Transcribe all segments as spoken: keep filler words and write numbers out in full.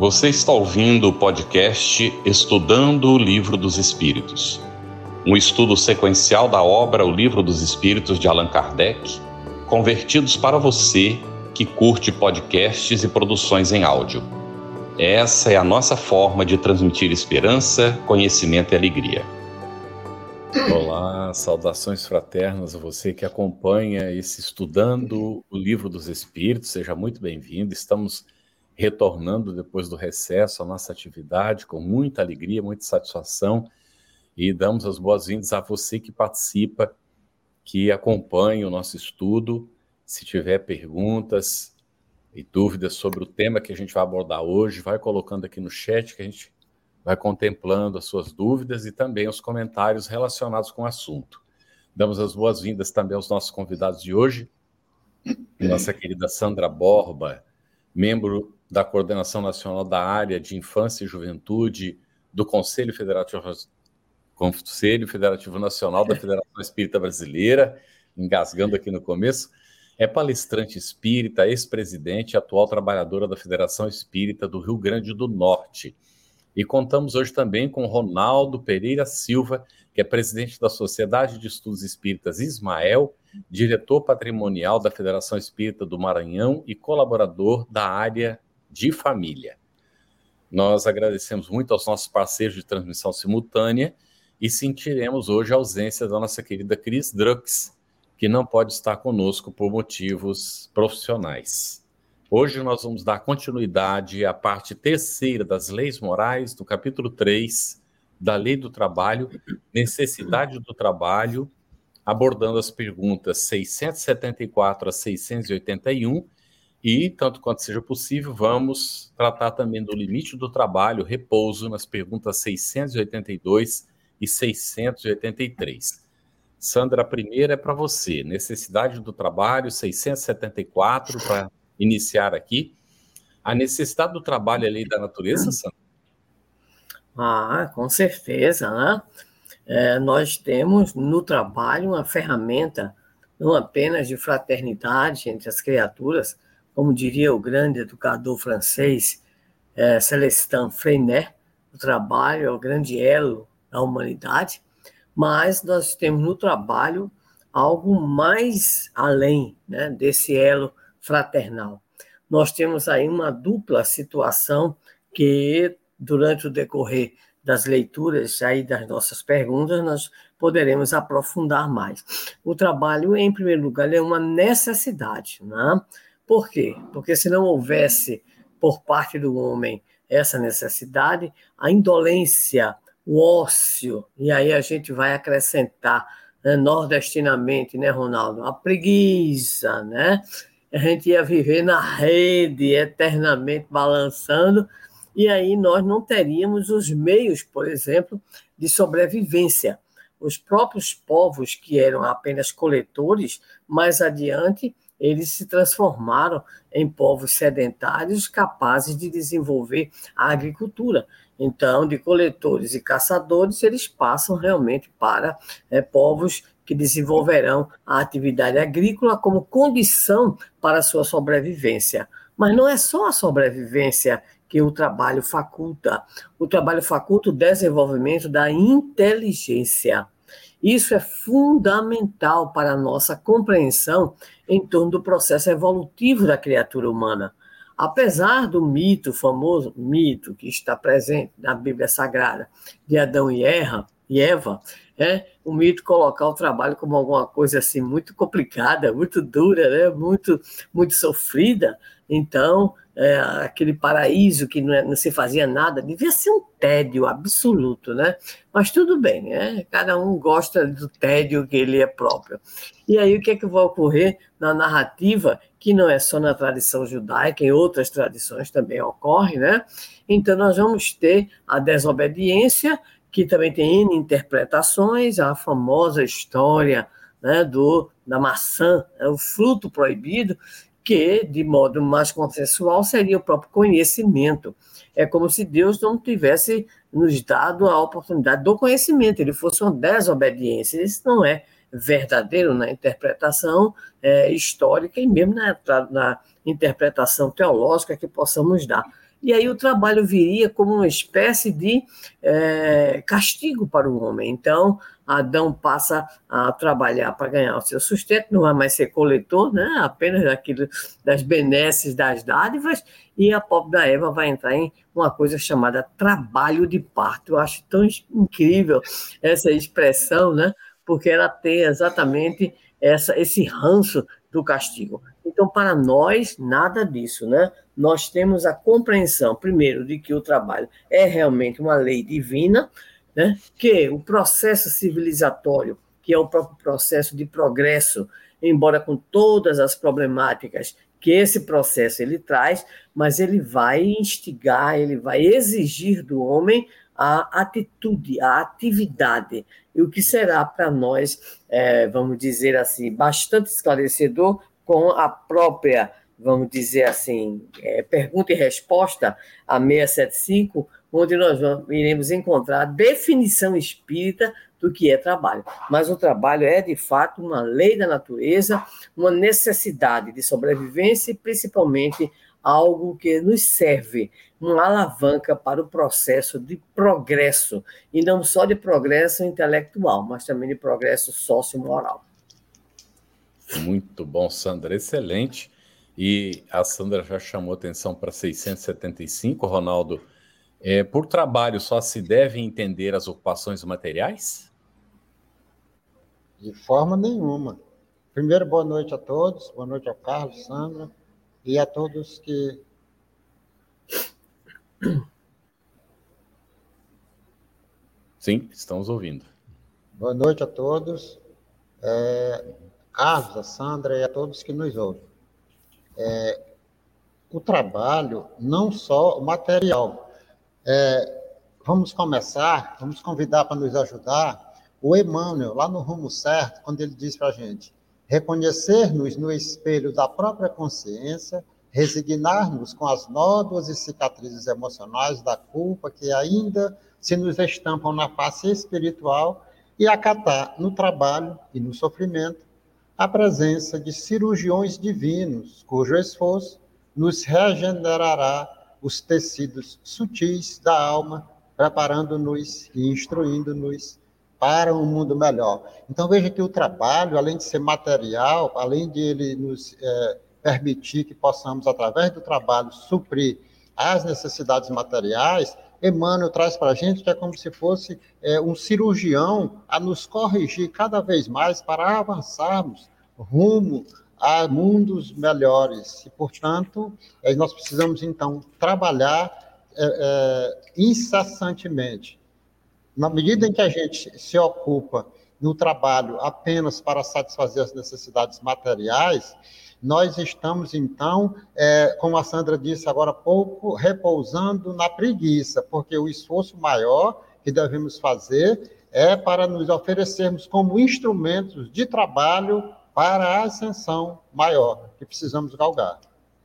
Você está ouvindo o podcast Estudando o Livro dos Espíritos, um estudo sequencial da obra O Livro dos Espíritos de Allan Kardec, convertidos para você que curte podcasts e produções em áudio. Essa é a nossa forma de transmitir esperança, conhecimento e alegria. Olá, saudações fraternas a você que acompanha esse Estudando o Livro dos Espíritos, seja muito bem-vindo. Estamos retornando depois do recesso à nossa atividade com muita alegria, muita satisfação, e damos as boas-vindas a você que participa, que acompanha o nosso estudo. Se tiver perguntas e dúvidas sobre o tema que a gente vai abordar hoje, vai colocando aqui no chat que a gente vai contemplando as suas dúvidas e também os comentários relacionados com o assunto. Damos as boas-vindas também aos nossos convidados de hoje, nossa querida Sandra Borba, membro da Coordenação Nacional da Área de Infância e Juventude do Conselho Federativo, Conselho Federativo Nacional da Federação Espírita Brasileira, engasgando aqui no começo, é palestrante espírita, ex-presidente e atual trabalhadora da Federação Espírita do Rio Grande do Norte. E contamos hoje também com Ronaldo Pereira Silva, que é presidente da Sociedade de Estudos Espíritas Ismael, diretor patrimonial da Federação Espírita do Maranhão e colaborador da área de família. Nós agradecemos muito aos nossos parceiros de transmissão simultânea e sentiremos hoje a ausência da nossa querida Cris Drux, que não pode estar conosco por motivos profissionais. Hoje nós vamos dar continuidade à parte terceira das leis morais, do capítulo três da Lei do Trabalho, necessidade do trabalho, abordando as perguntas seiscentos e setenta e quatro a seiscentos e oitenta e um, e, tanto quanto seja possível, vamos tratar também do limite do trabalho, repouso, nas perguntas seiscentos e oitenta e dois e seiscentos e oitenta e três. Sandra, a primeira é para você, necessidade do trabalho, seiscentos e setenta e quatro, para iniciar aqui. A necessidade do trabalho é lei da natureza, Sandra? Ah, com certeza, né? É, nós temos no trabalho uma ferramenta não apenas de fraternidade entre as criaturas, como diria o grande educador francês é, Célestin Freinet, o trabalho é o grande elo da humanidade, mas nós temos no trabalho algo mais além, né, desse elo fraternal. Nós temos aí uma dupla situação que, durante o decorrer das leituras aí das nossas perguntas, nós poderemos aprofundar mais. O trabalho, em primeiro lugar, é uma necessidade, né? Por quê? Porque se não houvesse, por parte do homem, essa necessidade, a indolência, o ócio, e aí a gente vai acrescentar, né, nordestinamente, né, Ronaldo? A preguiça, né? A gente ia viver na rede, eternamente balançando, e aí nós não teríamos os meios, por exemplo, de sobrevivência. Os próprios povos que eram apenas coletores, mais adiante, eles se transformaram em povos sedentários capazes de desenvolver a agricultura. Então, de coletores e caçadores, eles passam realmente para é, povos que desenvolverão a atividade agrícola como condição para a sua sobrevivência. Mas não é só a sobrevivência que o trabalho faculta. O trabalho faculta o desenvolvimento da inteligência. Isso é fundamental para a nossa compreensão em torno do processo evolutivo da criatura humana. Apesar do mito, o famoso mito que está presente na Bíblia Sagrada, de Adão e Eva, e Eva, é, o mito colocar o trabalho como alguma coisa assim muito complicada, muito dura, né? muito, muito sofrida. Então, é, aquele paraíso que não, é, não se fazia nada, devia ser um tédio absoluto, né? Mas tudo bem, né? Cada um gosta do tédio que ele é próprio. E aí o que é que vai ocorrer na narrativa, que não é só na tradição judaica, em outras tradições também ocorre, né? Então nós vamos ter a desobediência, que também tem N interpretações, a famosa história, né, do, da maçã, é o fruto proibido, que, de modo mais consensual, seria o próprio conhecimento. É como se Deus não tivesse nos dado a oportunidade do conhecimento, ele fosse uma desobediência. Isso não é verdadeiro na interpretação é, histórica e mesmo na, na interpretação teológica que possamos dar. e aí o trabalho viria como uma espécie de é, castigo para o homem. Então, Adão passa a trabalhar para ganhar o seu sustento, não vai mais ser coletor, né? Apenas daquilo, das benesses, das dádivas, e a pobre da Eva vai entrar em uma coisa chamada trabalho de parto. Eu acho tão incrível essa expressão, né? Porque ela tem exatamente essa, esse ranço do castigo. Então, para nós, nada disso, né? Nós temos a compreensão, primeiro, de que o trabalho é realmente uma lei divina, né? Que o processo civilizatório, que é o próprio processo de progresso, embora com todas as problemáticas que esse processo ele traz, mas ele vai instigar, ele vai exigir do homem a atitude, a atividade, e o que será para nós, é, vamos dizer assim, bastante esclarecedor com a própria, vamos dizer assim, é, pergunta e resposta a seiscentos e setenta e cinco, onde nós vamos, iremos encontrar a definição espírita do que é trabalho. Mas o trabalho é, de fato, uma lei da natureza, uma necessidade de sobrevivência e, principalmente, algo que nos serve, uma alavanca para o processo de progresso, e não só de progresso intelectual, mas também de progresso sociomoral. Muito bom, Sandra, excelente. E a Sandra já chamou atenção para seiscentos e setenta e cinco, Ronaldo. É, por trabalho só se devem entender as ocupações materiais? De forma nenhuma. Primeiro, boa noite a todos, boa noite ao Carlos, Sandra, e a todos que... Sim, estamos ouvindo. Boa noite a todos, é, Carlos, a Sandra e a todos que nos ouvem. É, o trabalho, não só o material. É, vamos começar, vamos convidar para nos ajudar o Emmanuel, lá no Rumo Certo, quando ele diz para a gente reconhecer-nos no espelho da própria consciência, resignar-nos com as nódoas e cicatrizes emocionais da culpa que ainda se nos estampam na face espiritual e acatar no trabalho e no sofrimento a presença de cirurgiões divinos, cujo esforço nos regenerará os tecidos sutis da alma, preparando-nos e instruindo-nos para um mundo melhor. Então, veja que o trabalho, além de ser material, além de ele nos é, permitir que possamos, através do trabalho, suprir as necessidades materiais, Emmanuel traz para a gente que é como se fosse é, um cirurgião a nos corrigir cada vez mais para avançarmos rumo a mundos melhores. E, portanto, é, nós precisamos, então, trabalhar é, é, incessantemente. Na medida em que a gente se ocupa no trabalho apenas para satisfazer as necessidades materiais, nós estamos, então, é, como a Sandra disse agora há pouco, repousando na preguiça, porque o esforço maior que devemos fazer é para nos oferecermos como instrumentos de trabalho para a ascensão maior que precisamos galgar.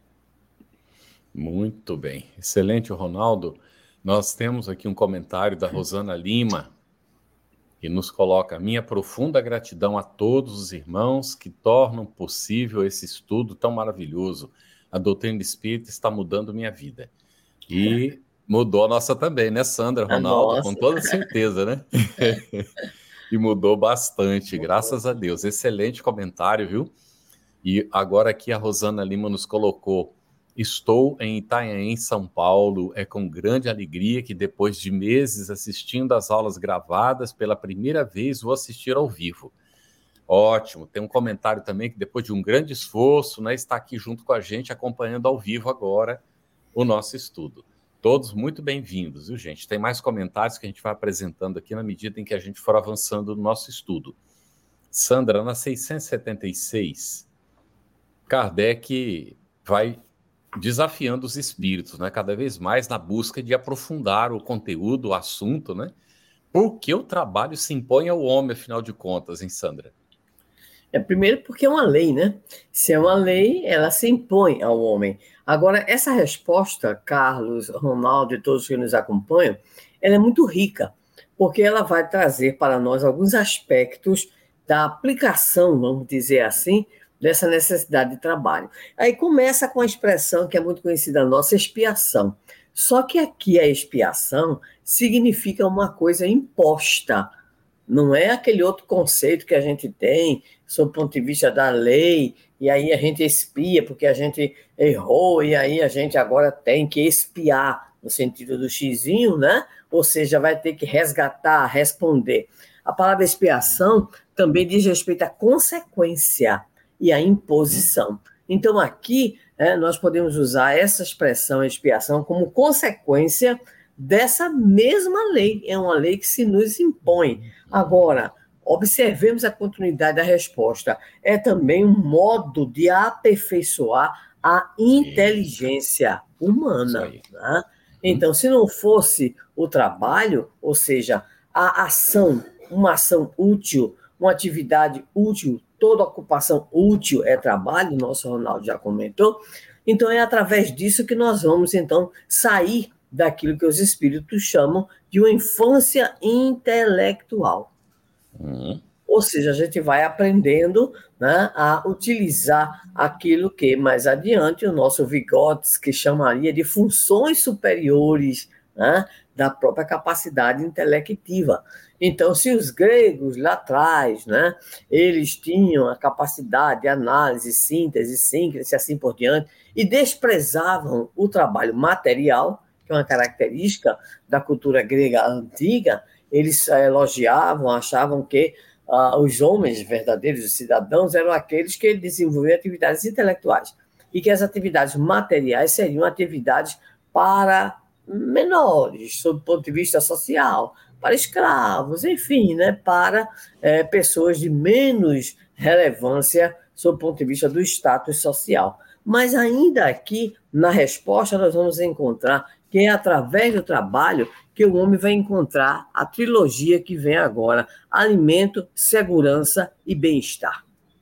Muito bem. Excelente, Ronaldo. Nós temos aqui um comentário da Rosana Lima, que nos coloca: minha profunda gratidão a todos os irmãos que tornam possível esse estudo tão maravilhoso. A doutrina espírita está mudando minha vida. E mudou a nossa também, né, Sandra, Ronaldo? Com toda certeza, né? E mudou bastante, graças a Deus. Excelente comentário, viu? E agora aqui a Rosana Lima nos colocou: estou em Itanhaém, São Paulo. É com grande alegria que, depois de meses assistindo às aulas gravadas, pela primeira vez vou assistir ao vivo. Ótimo. Tem um comentário também que, depois de um grande esforço, né, está aqui junto com a gente, acompanhando ao vivo agora o nosso estudo. Todos muito bem-vindos, viu, gente? Tem mais comentários que a gente vai apresentando aqui na medida em que a gente for avançando no nosso estudo. Sandra, na seiscentos e setenta e seis, Kardec vai desafiando os espíritos, né, cada vez mais na busca de aprofundar o conteúdo, o assunto, né? Por que o trabalho se impõe ao homem, afinal de contas, hein, Sandra? É, primeiro porque é uma lei, né? Se é uma lei, ela se impõe ao homem. Agora, essa resposta, Carlos, Ronaldo e todos que nos acompanham, ela é muito rica, porque ela vai trazer para nós alguns aspectos da aplicação, vamos dizer assim, dessa necessidade de trabalho. Aí começa com a expressão que é muito conhecida nossa, expiação. Só que aqui a expiação significa uma coisa imposta, não é aquele outro conceito que a gente tem, sob o ponto de vista da lei, e aí a gente expia porque a gente errou, e aí a gente agora tem que expiar, no sentido do xizinho, né? Ou seja, vai ter que resgatar, responder. A palavra expiação também diz respeito à consequência e à imposição. Então, aqui, é, nós podemos usar essa expressão expiação como consequência dessa mesma lei. É uma lei que se nos impõe. Agora, observemos a continuidade da resposta. É também um modo de aperfeiçoar a inteligência humana. Né? Então, se não fosse o trabalho, ou seja, a ação, uma ação útil, uma atividade útil, toda ocupação útil é trabalho, o nosso Ronaldo já comentou, então é através disso que nós vamos, então, sair daquilo que os espíritos chamam de uma infância intelectual. Uhum. Ou seja, a gente vai aprendendo, né, a utilizar aquilo que, mais adiante, o nosso Vygotsky chamaria de funções superiores, né, da própria capacidade intelectiva. Então, se os gregos lá atrás, né, eles tinham a capacidade de análise, síntese, síntese, assim por diante, e desprezavam o trabalho material, que é uma característica da cultura grega antiga, eles elogiavam, achavam que uh, os homens verdadeiros, os cidadãos, eram aqueles que desenvolviam atividades intelectuais e que as atividades materiais seriam atividades para menores, sob o ponto de vista social, para escravos, enfim, né, para é, pessoas de menos relevância sob o ponto de vista do status social. Mas ainda aqui, na resposta, nós vamos encontrar que é através do trabalho que o homem vai encontrar a trilogia que vem agora: alimento, segurança e bem-estar.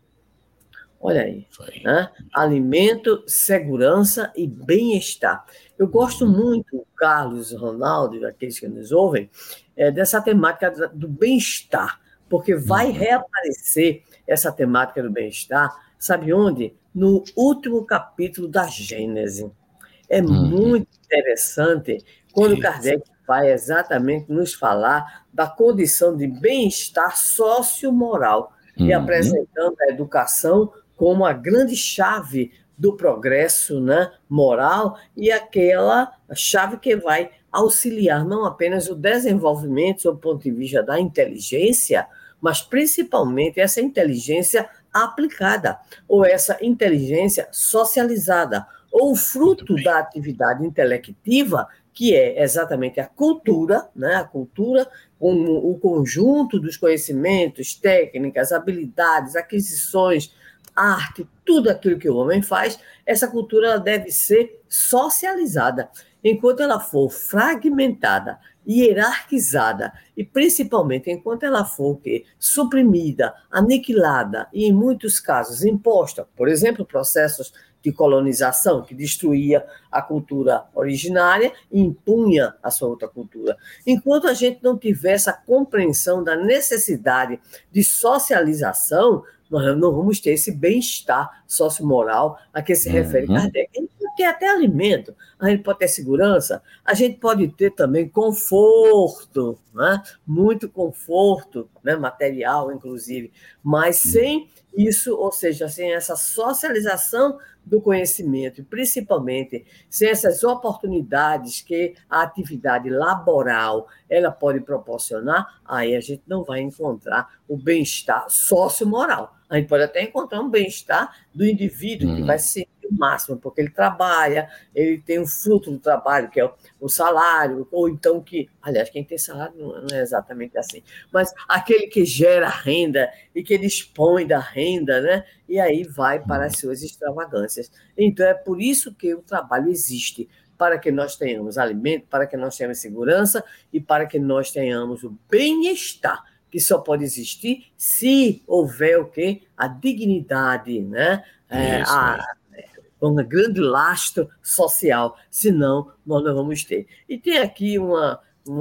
Olha aí, né? Alimento, segurança e bem-estar. Eu gosto muito, Carlos, Ronaldo e aqueles que nos ouvem, é, dessa temática do bem-estar, porque vai reaparecer essa temática do bem-estar, sabe onde? No último capítulo da Gênese. É uhum. muito interessante quando Kardec vai exatamente nos falar da condição de bem-estar sociomoral uhum. e apresentando a educação como a grande chave do progresso, né, moral e aquela chave que vai auxiliar não apenas o desenvolvimento sob o ponto de vista da inteligência, mas principalmente essa inteligência aplicada, ou essa inteligência socializada, ou fruto da atividade intelectiva, que é exatamente a cultura, né? A cultura, um, o conjunto dos conhecimentos, técnicas, habilidades, aquisições, arte, tudo aquilo que o homem faz, essa cultura ela deve ser socializada. Enquanto ela for fragmentada, hierarquizada e, principalmente, enquanto ela for o quê? Suprimida, aniquilada e, em muitos casos, imposta, por exemplo, processos de colonização que destruía a cultura originária e impunha a sua outra cultura. Enquanto a gente não tiver essa compreensão da necessidade de socialização, nós não vamos ter esse bem-estar sociomoral a que se refere uhum. Kardec. A gente pode ter até alimento, a gente pode ter segurança, a gente pode ter também conforto, né? Muito conforto, né? Material, inclusive, mas sem isso, ou seja, sem essa socialização do conhecimento, e principalmente sem essas oportunidades que a atividade laboral ela pode proporcionar, aí a gente não vai encontrar o bem-estar sociomoral. A gente pode até encontrar um bem-estar do indivíduo hum. que vai se sentir o máximo, porque ele trabalha, ele tem um fruto do trabalho, que é o salário, ou então que, aliás, quem tem salário não é exatamente assim, mas aquele que gera renda e que dispõe da renda, né? E aí vai para as suas extravagâncias. Então, é por isso que o trabalho existe, para que nós tenhamos alimento, para que nós tenhamos segurança e para que nós tenhamos o bem-estar, que só pode existir se houver o quê? A dignidade, né? É, isso, a, é. um grande lastro social, senão nós não vamos ter. E tem aqui uma,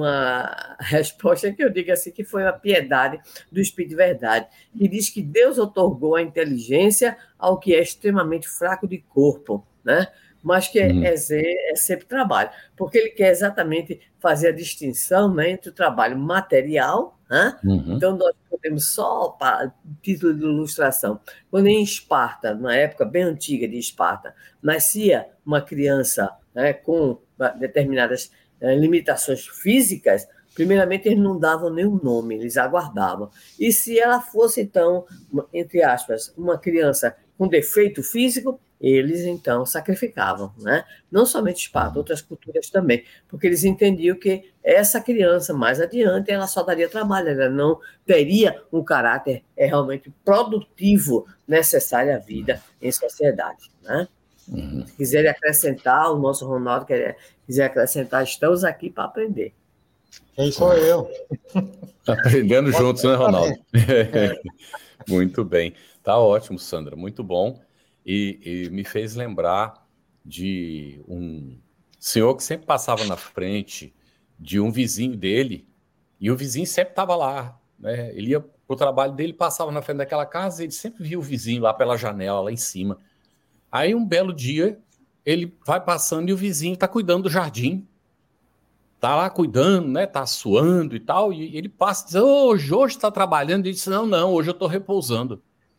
uma resposta que eu digo assim, que foi a piedade do Espírito de Verdade, que diz que Deus outorgou a inteligência ao que é extremamente fraco de corpo, né? mas que é, Uhum. é, é sempre trabalho, porque ele quer exatamente fazer a distinção, né, entre o trabalho material, né? Uhum. Então nós podemos só, para título de ilustração, quando em Esparta, na época bem antiga de Esparta, nascia uma criança, né, com determinadas eh, limitações físicas, primeiramente eles não davam nenhum nome, eles aguardavam. E se ela fosse, então, entre aspas, uma criança com defeito físico, eles, então, sacrificavam, né? Não somente Esparta, outras culturas também, porque eles entendiam que essa criança, mais adiante, ela só daria trabalho, ela não teria um caráter é, realmente produtivo necessário à vida em sociedade, né? Uhum. Se quiserem acrescentar, o nosso Ronaldo quer, quiser acrescentar, estamos aqui para aprender. Quem sou eu? Aprendendo Pode juntos, né, Ronaldo? É. Muito bem. Tá ótimo, Sandra, muito bom. E, e me fez lembrar de um senhor que sempre passava na frente de um vizinho dele, e o vizinho sempre estava lá, né? Ele ia para o trabalho dele, passava na frente daquela casa, e ele sempre via o vizinho lá pela janela, lá em cima. Aí um belo dia, ele vai passando e o vizinho está cuidando do jardim. Tá lá cuidando, né? Tá suando e tal, e ele passa e diz, oh, hoje hoje está trabalhando, e ele diz, não, não, hoje eu estou repousando.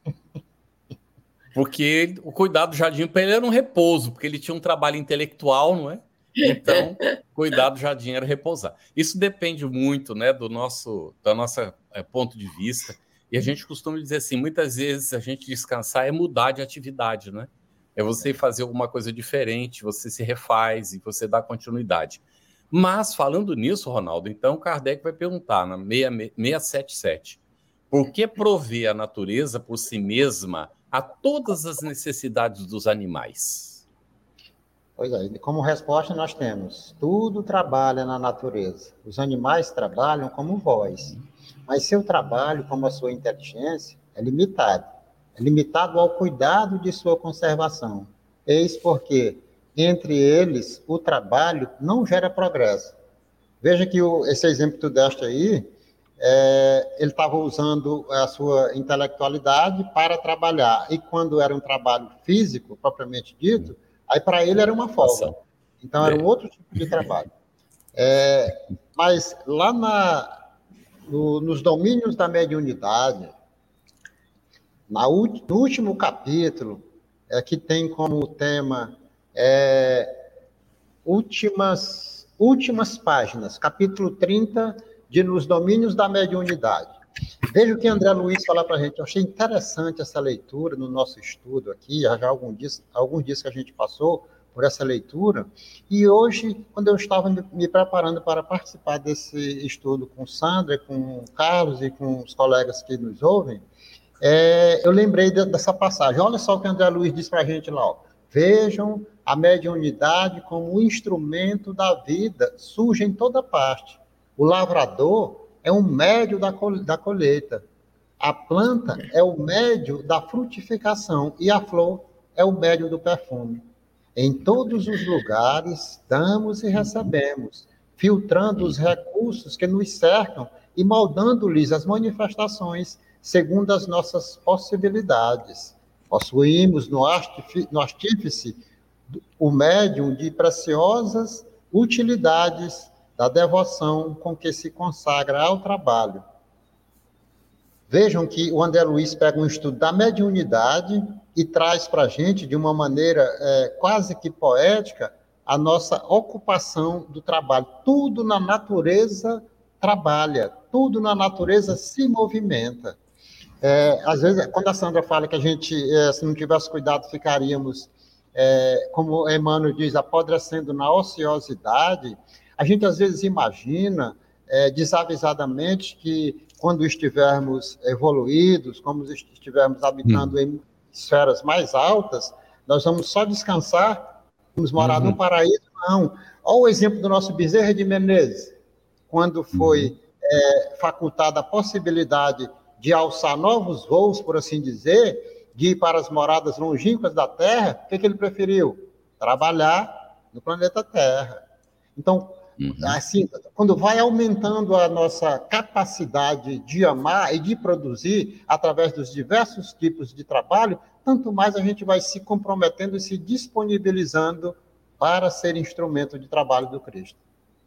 Porque o cuidado do jardim para ele era um repouso, porque ele tinha um trabalho intelectual, não é? Então, cuidar do jardim era repousar. Isso depende muito, né, do nosso, da nossa é, ponto de vista. E a gente costuma dizer assim, muitas vezes a gente descansar é mudar de atividade, né? É você fazer alguma coisa diferente, você se refaz e você dá continuidade. Mas, falando nisso, Ronaldo, então Kardec vai perguntar na seiscentos e setenta e sete, por que prover a natureza por si mesma a todas as necessidades dos animais? Pois é, como resposta nós temos, tudo trabalha na natureza. Os animais trabalham como vós, mas seu trabalho, como a sua inteligência, é limitado. É limitado ao cuidado de sua conservação. Eis porque, entre eles, o trabalho não gera progresso. Veja que o, esse exemplo que tu deste aí, é, ele estava usando a sua intelectualidade para trabalhar. E quando era um trabalho físico, propriamente dito, aí para ele era uma folga. Então era um outro tipo de trabalho. É, mas lá na, no, nos domínios da mediunidade, na, no último capítulo, é, que tem como tema é, últimas, últimas páginas, capítulo trinta, de Nos Domínios da Mediunidade. Veja o que André Luiz fala para a gente. Eu achei interessante essa leitura no nosso estudo aqui, já há alguns dias, alguns dias que a gente passou por essa leitura, e hoje, quando eu estava me, me preparando para participar desse estudo com Sandra, com o Carlos e com os colegas que nos ouvem, é, eu lembrei de, dessa passagem. Olha só o que André Luiz diz para a gente lá. Ó. Vejam a mediunidade como um instrumento da vida, surge em toda parte. O lavrador é um médio da, col- da colheita. A planta é o médio da frutificação e a flor é o médio do perfume. Em todos os lugares, damos e recebemos, filtrando os recursos que nos cercam e moldando-lhes as manifestações segundo as nossas possibilidades. Possuímos no artífice o médium de preciosas utilidades da devoção com que se consagra ao trabalho. Vejam que o André Luiz pega um estudo da mediunidade e traz para a gente, de uma maneira é, quase que poética, a nossa ocupação do trabalho. Tudo na natureza trabalha, tudo na natureza se movimenta. É, às vezes, quando a Sandra fala que a gente, é, se não tivesse cuidado, ficaríamos, é, como Emmanuel diz, apodrecendo na ociosidade, a gente às vezes imagina, é, desavisadamente, que quando estivermos evoluídos, como estivermos habitando hum. em esferas mais altas, nós vamos só descansar, vamos morar uhum. num paraíso, não. Olha o exemplo do nosso Bezerra de Menezes, quando foi uhum. é, facultada a possibilidade de alçar novos voos, por assim dizer, de ir para as moradas longínquas da Terra, o que, que ele preferiu? Trabalhar no planeta Terra. Então, uhum. assim, quando vai aumentando a nossa capacidade de amar e de produzir através dos diversos tipos de trabalho, tanto mais a gente vai se comprometendo e se disponibilizando para ser instrumento de trabalho do Cristo.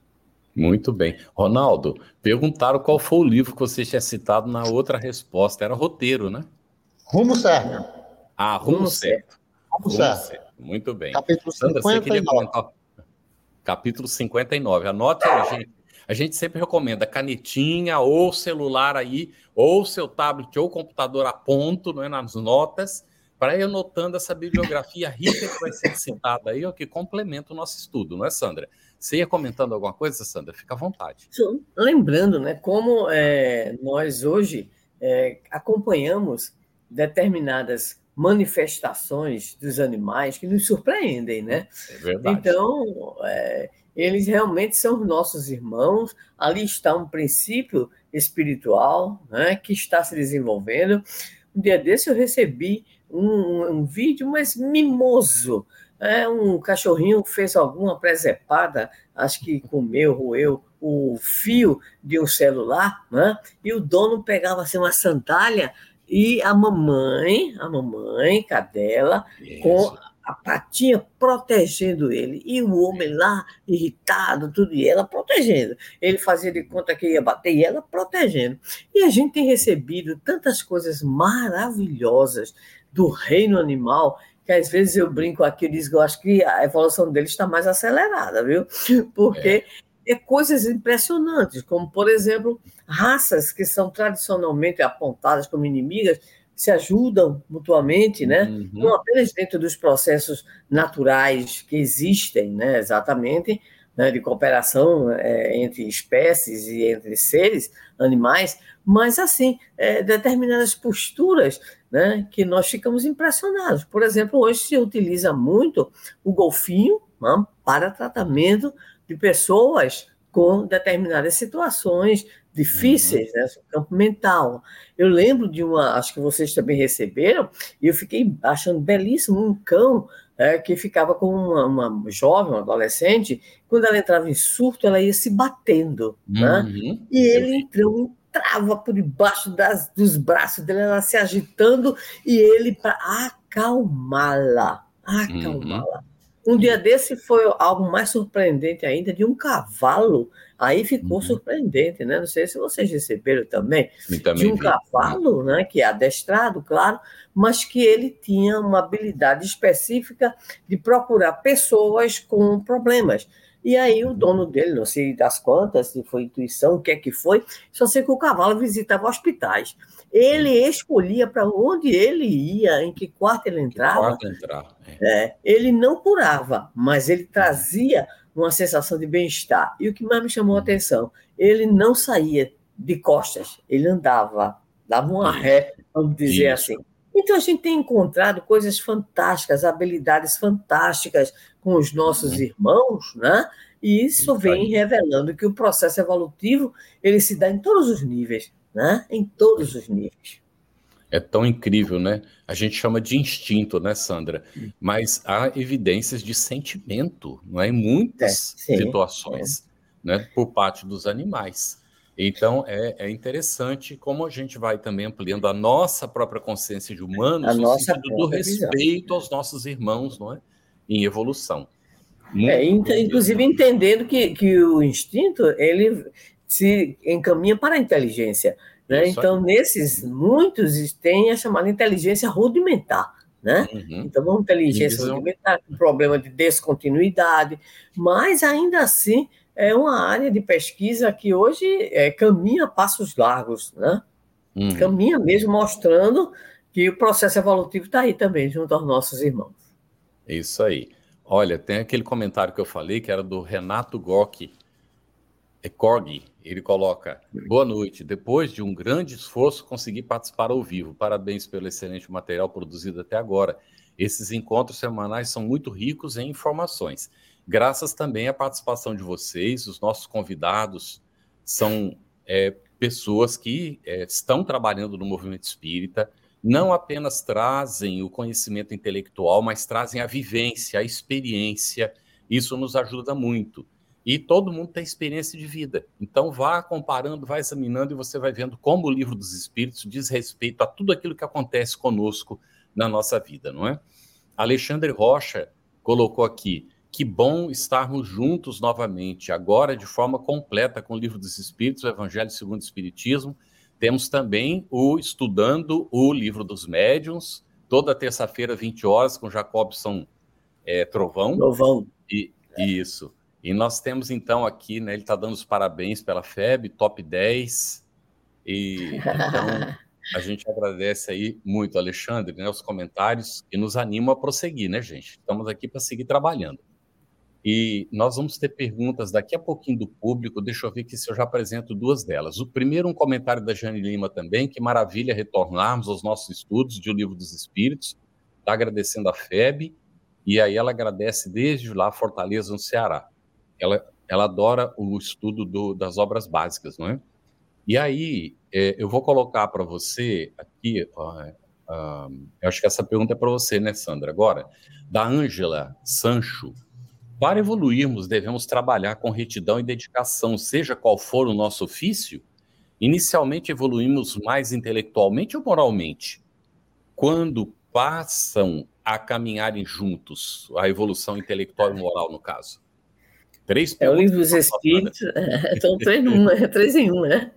Muito bem. Ronaldo, perguntaram qual foi o livro que você tinha citado na outra resposta. Era Roteiro, né? Rumo Certo. Ah, Rumo, Rumo Certo. Certo. Rumo Rumo Certo. Certo. Muito bem. Capítulo Sandra, você queria cinquenta e nove. comentar? Capítulo cinquenta e nove. Anote aí, gente. A gente sempre recomenda canetinha ou celular aí, ou seu tablet ou computador a ponto, não é, nas notas, para ir anotando essa bibliografia rica que vai sendo citada aí, ó, que complementa o nosso estudo, não é, Sandra? Você ia comentando alguma coisa, Sandra? Fica à vontade. Lembrando, né, como é, nós hoje é, acompanhamos determinadas manifestações dos animais que nos surpreendem, né? É verdade. Então, é, eles realmente são os nossos irmãos. Ali está um princípio espiritual, né, que está se desenvolvendo. Um dia desse eu recebi um, um vídeo, mas mimoso. É, um cachorrinho fez alguma presepada, acho que comeu, roeu o fio de um celular, né? E o dono pegava assim uma sandália e a mamãe, a mamãe, cadela, Isso. com a patinha protegendo ele. E o homem lá, irritado, tudo, e ela protegendo. Ele fazia de conta que ia bater e ela protegendo. E a gente tem recebido tantas coisas maravilhosas do reino animal, que às vezes eu brinco aqui e digo que eu acho que a evolução dele está mais acelerada, viu? Porque é. é coisas impressionantes, como, por exemplo, raças que são tradicionalmente apontadas como inimigas, se ajudam mutuamente, né? Uhum. Não apenas dentro dos processos naturais que existem, né? Exatamente, né? De cooperação é, entre espécies e entre seres, animais, mas, assim, é, determinadas posturas, né, que nós ficamos impressionados. Por exemplo, hoje se utiliza muito o golfinho, né, para tratamento de pessoas com determinadas situações difíceis, uhum. né, no campo mental. Eu lembro de uma, acho que vocês também receberam, e eu fiquei achando belíssimo um cão é, que ficava com uma, uma jovem, uma adolescente, quando ela entrava em surto, ela ia se batendo, uhum. né? E ele entrou em trava por debaixo das, dos braços dele, ela se agitando, e ele para acalmá-la, acalmá-la. Uhum. Um dia desse foi algo mais surpreendente ainda, de um cavalo, aí ficou uhum. surpreendente, né? Não sei se vocês receberam também, também de um vi. cavalo, né? Que é adestrado, claro, mas que ele tinha uma habilidade específica de procurar pessoas com problemas. E aí o dono dele, não sei das quantas, se foi intuição, o que é que foi, só sei que o cavalo visitava hospitais. Ele escolhia para onde ele ia, em que quarto ele entrava. Que quarto entrar. É. É, ele não curava, mas ele trazia uma sensação de bem-estar. E o que mais me chamou a atenção, ele não saía de costas, ele andava, dava uma ré, vamos dizer Isso. assim. Então, a gente tem encontrado coisas fantásticas, habilidades fantásticas com os nossos uhum. irmãos, né? E isso Muito vem aí. revelando que o processo evolutivo ele se dá em todos os níveis, né? Em todos os níveis. É tão incrível, né? A gente chama de instinto, né, Sandra? Mas há evidências de sentimento, não é? Em muitas é, sim, situações, é. né? Por parte dos animais. Então, é, é interessante como a gente vai também ampliando a nossa própria consciência de humanos, a no sentido do respeito visão. aos nossos irmãos, não é? Em evolução. É, inclusive entendendo que, que o instinto, ele se encaminha para a inteligência, né? Então, nesses, muitos têm a chamada inteligência rudimentar, né? Uhum. Então, uma inteligência Isso. rudimentar, com problema de descontinuidade, mas ainda assim é uma área de pesquisa que hoje é, caminha a passos largos, né? Uhum. Caminha mesmo mostrando que o processo evolutivo está aí também, junto aos nossos irmãos. Isso aí. Olha, tem aquele comentário que eu falei, que era do Renato Gocchi, é Corgi. Ele coloca, boa noite, depois de um grande esforço consegui participar ao vivo, parabéns pelo excelente material produzido até agora. Esses encontros semanais são muito ricos em informações. Graças também à participação de vocês, os nossos convidados são é, pessoas que é, estão trabalhando no movimento espírita, não apenas trazem o conhecimento intelectual, mas trazem a vivência, a experiência. Isso nos ajuda muito. E todo mundo tem experiência de vida. Então, vá comparando, vá examinando e você vai vendo como o Livro dos Espíritos diz respeito a tudo aquilo que acontece conosco na nossa vida, não é? Alexandre Rocha colocou aqui: que bom estarmos juntos novamente, agora de forma completa com o Livro dos Espíritos, o Evangelho segundo o Espiritismo. Temos também o Estudando o Livro dos Médiuns, toda terça-feira, vinte horas, com Jacobson é, Trovão. Trovão. E, isso. E nós temos, então, aqui, né, ele está dando os parabéns pela F E B, top dez. E, então, a gente agradece aí muito, Alexandre, né, os comentários que nos animam a prosseguir, né, gente? Estamos aqui para seguir trabalhando. E nós vamos ter perguntas daqui a pouquinho do público. Deixa eu ver aqui se eu já apresento duas delas. O primeiro, um comentário da Jane Lima também: que maravilha retornarmos aos nossos estudos de O Livro dos Espíritos. Está agradecendo a F E B, e aí ela agradece desde lá Fortaleza, no Ceará. Ela, ela adora o estudo do, das obras básicas, não é? E aí, é, eu vou colocar para você aqui, ó, ó, eu acho que essa pergunta é para você, né, Sandra? Agora, da Ângela Sancho: para evoluirmos, devemos trabalhar com retidão e dedicação, seja qual for o nosso ofício? Inicialmente evoluímos mais intelectualmente ou moralmente? Quando passam a caminharem juntos, a evolução intelectual e moral, no caso? Três É o perguntas. Livro dos Espíritos, são três, num, três em um, né?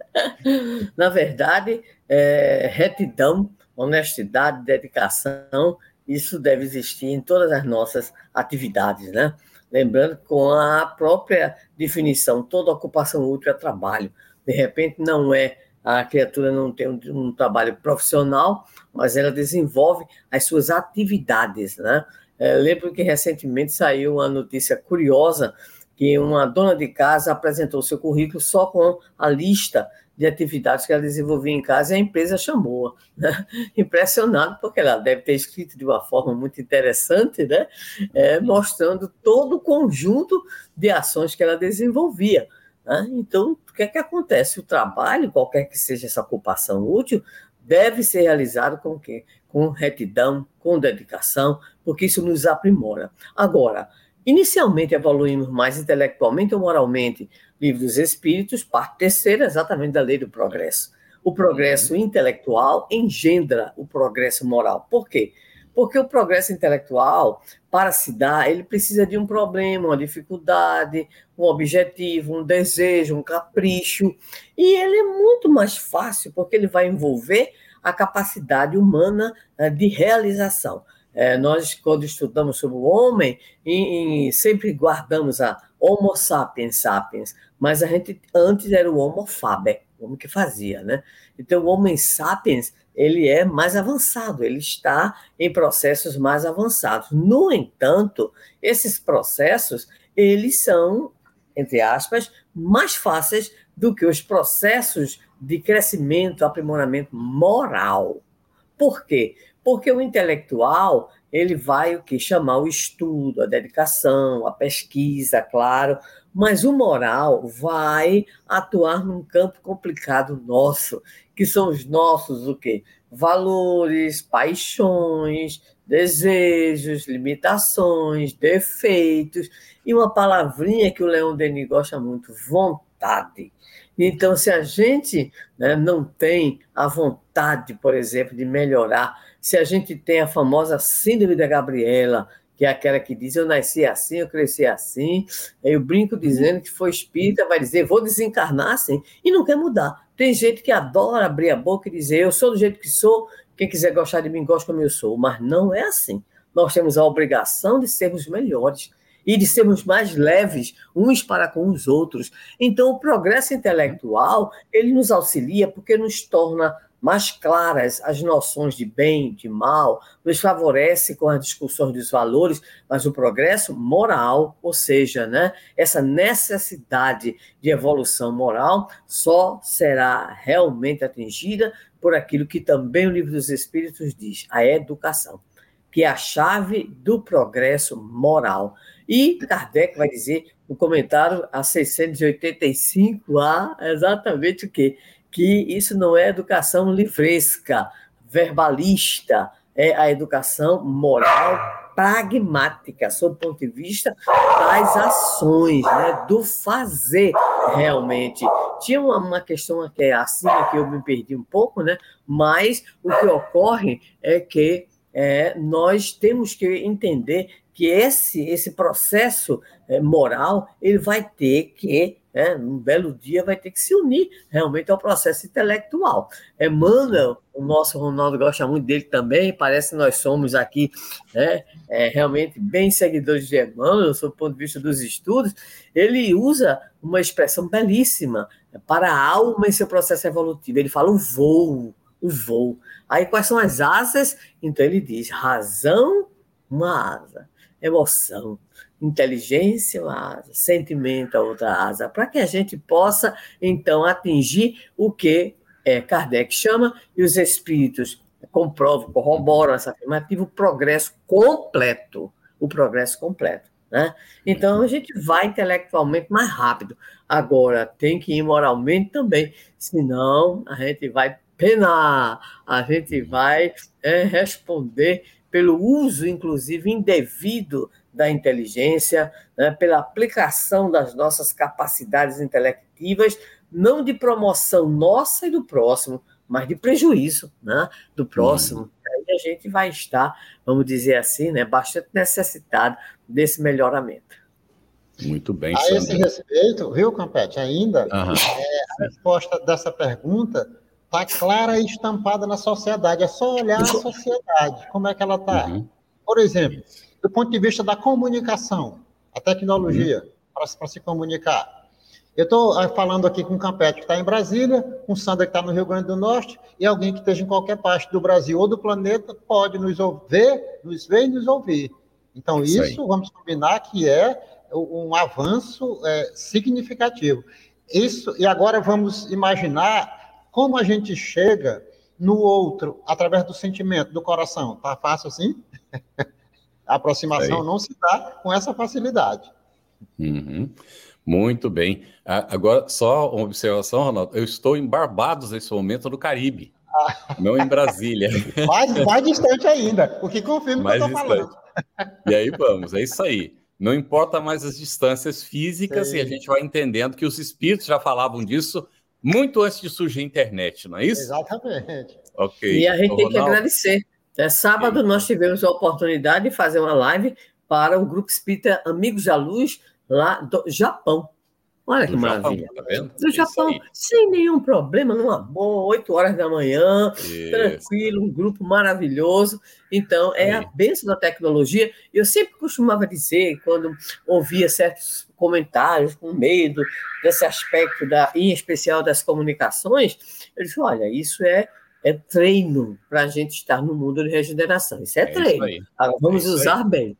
Na verdade, é, retidão, honestidade, dedicação, isso deve existir em todas as nossas atividades, né? Lembrando, com a própria definição, toda ocupação útil é trabalho. De repente, não é, a criatura não tem um, um trabalho profissional, mas ela desenvolve as suas atividades, né? É, lembro que recentemente saiu uma notícia curiosa, que uma dona de casa apresentou seu currículo só com a lista de atividades que ela desenvolvia em casa, e a empresa chamou, né? Impressionado, porque ela deve ter escrito de uma forma muito interessante, né? É, mostrando todo o conjunto de ações que ela desenvolvia, né? Então, o que é que acontece? O trabalho, qualquer que seja essa ocupação útil, deve ser realizado com o quê? Com retidão, com dedicação, porque isso nos aprimora. Agora, inicialmente evoluímos mais intelectualmente ou moralmente? Livro dos Espíritos, parte terceira, exatamente da lei do progresso. O progresso intelectual engendra o progresso moral. Por quê? Porque o progresso intelectual, para se dar, ele precisa de um problema, uma dificuldade, um objetivo, um desejo, um capricho. E ele é muito mais fácil, porque ele vai envolver a capacidade humana de realização. É, nós, quando estudamos sobre o homem, e, e sempre guardamos a Homo sapiens sapiens, mas a gente antes era o Homo faber, o homem que fazia, né? Então, o Homo sapiens, ele é mais avançado, ele está em processos mais avançados. No entanto, esses processos, eles são, entre aspas, mais fáceis do que os processos de crescimento, aprimoramento moral. Por quê? Porque o intelectual, ele vai o quê? Chamar o estudo, a dedicação, a pesquisa, claro, mas o moral vai atuar num campo complicado nosso, que são os nossos o quê? Valores, paixões, desejos, limitações, defeitos, e uma palavrinha que o Leon Denis gosta muito: vontade. Então, se a gente, né, não tem a vontade, por exemplo, de melhorar, se a gente tem a famosa síndrome da Gabriela, que é aquela que diz: eu nasci assim, eu cresci assim, eu brinco dizendo que foi espírita, vai dizer: vou desencarnar assim, e não quer mudar. Tem gente que adora abrir a boca e dizer: eu sou do jeito que sou, quem quiser gostar de mim, gosta como eu sou. Mas não é assim. Nós temos a obrigação de sermos melhores e de sermos mais leves uns para com os outros. Então, o progresso intelectual, ele nos auxilia porque nos torna mais claras as noções de bem e de mal, nos favorece com as discussões dos valores, mas o progresso moral, ou seja, né, essa necessidade de evolução moral, só será realmente atingida por aquilo que também o Livro dos Espíritos diz: a educação, que é a chave do progresso moral. E Kardec vai dizer, no comentário a seiscentos e oitenta e cinco A, exatamente o quê? Que isso não é educação livresca, verbalista, é a educação moral pragmática, sob o ponto de vista das ações, né, do fazer realmente. Tinha uma, uma questão aqui acima que eu me perdi um pouco, né, mas o que ocorre é que é, nós temos que entender que esse, esse processo é, moral, ele vai ter que, é, um belo dia, vai ter que se unir realmente ao processo intelectual. Emmanuel, o nosso Ronaldo gosta muito dele também, parece que nós somos aqui né, é, realmente bem seguidores de Emmanuel, sob o ponto de vista dos estudos. Ele usa uma expressão belíssima para a alma em seu processo evolutivo. Ele fala o voo, o voo. Aí, quais são as asas? Então, ele diz razão, uma asa. Emoção, inteligência, uma asa. Sentimento, a outra asa. Para que a gente possa, então, atingir o que é, Kardec chama, e os espíritos comprovam, corroboram essa afirmativa, o progresso completo. O progresso completo. Né? Então, a gente vai intelectualmente mais rápido. Agora, tem que ir moralmente também, senão a gente vai penar, a gente vai é, responder pelo uso, inclusive, indevido da inteligência, né, pela aplicação das nossas capacidades intelectivas, não de promoção nossa e do próximo, mas de prejuízo, né, do próximo. Uhum. Aí a gente vai estar, vamos dizer assim, né, bastante necessitado desse melhoramento. Muito bem, A esse respeito, viu, Campete, ainda, uhum. é, a resposta dessa pergunta está clara e estampada na sociedade. É só olhar a sociedade, como é que ela está. Uhum. Por exemplo, do ponto de vista da comunicação, a tecnologia, uhum. para se comunicar. Eu estou falando aqui com o Campete, que está em Brasília, com o Sandra, que está no Rio Grande do Norte, e alguém que esteja em qualquer parte do Brasil ou do planeta pode nos ver, nos ver e nos ouvir. Então, isso, isso vamos combinar que é um avanço é, significativo. Isso, e agora vamos imaginar como a gente chega no outro através do sentimento, do coração. Tá fácil assim? A aproximação não se dá com essa facilidade. Uhum. Muito bem. Agora, só uma observação, Ronaldo. Eu estou em Barbados nesse momento, no Caribe, ah. não em Brasília. mais, mais distante ainda, o que confirma o que eu estou falando. E aí vamos, é isso aí. Não importa mais as distâncias físicas, Sim. e a gente vai entendendo que os espíritos já falavam disso muito antes de surgir a internet, não é isso? Exatamente. Okay. E a gente Ô, tem Ronaldo, que agradecer. É, sábado Sim. nós tivemos a oportunidade de fazer uma live para o Grupo Espírita Amigos da Luz, lá do Japão. Olha do que Japão, maravilha. Tá vendo? Do Japão, sem nenhum problema, numa boa, oito horas da manhã, Isso. tranquilo, um grupo maravilhoso. Então, é aí. A bênção da tecnologia. Eu sempre costumava dizer, quando ouvia certos comentários com medo desse aspecto, da, em especial das comunicações, eu disse, olha, isso é, é treino para a gente estar no mundo de regeneração. Isso é, é treino. Isso Agora, vamos é usar aí. Bem.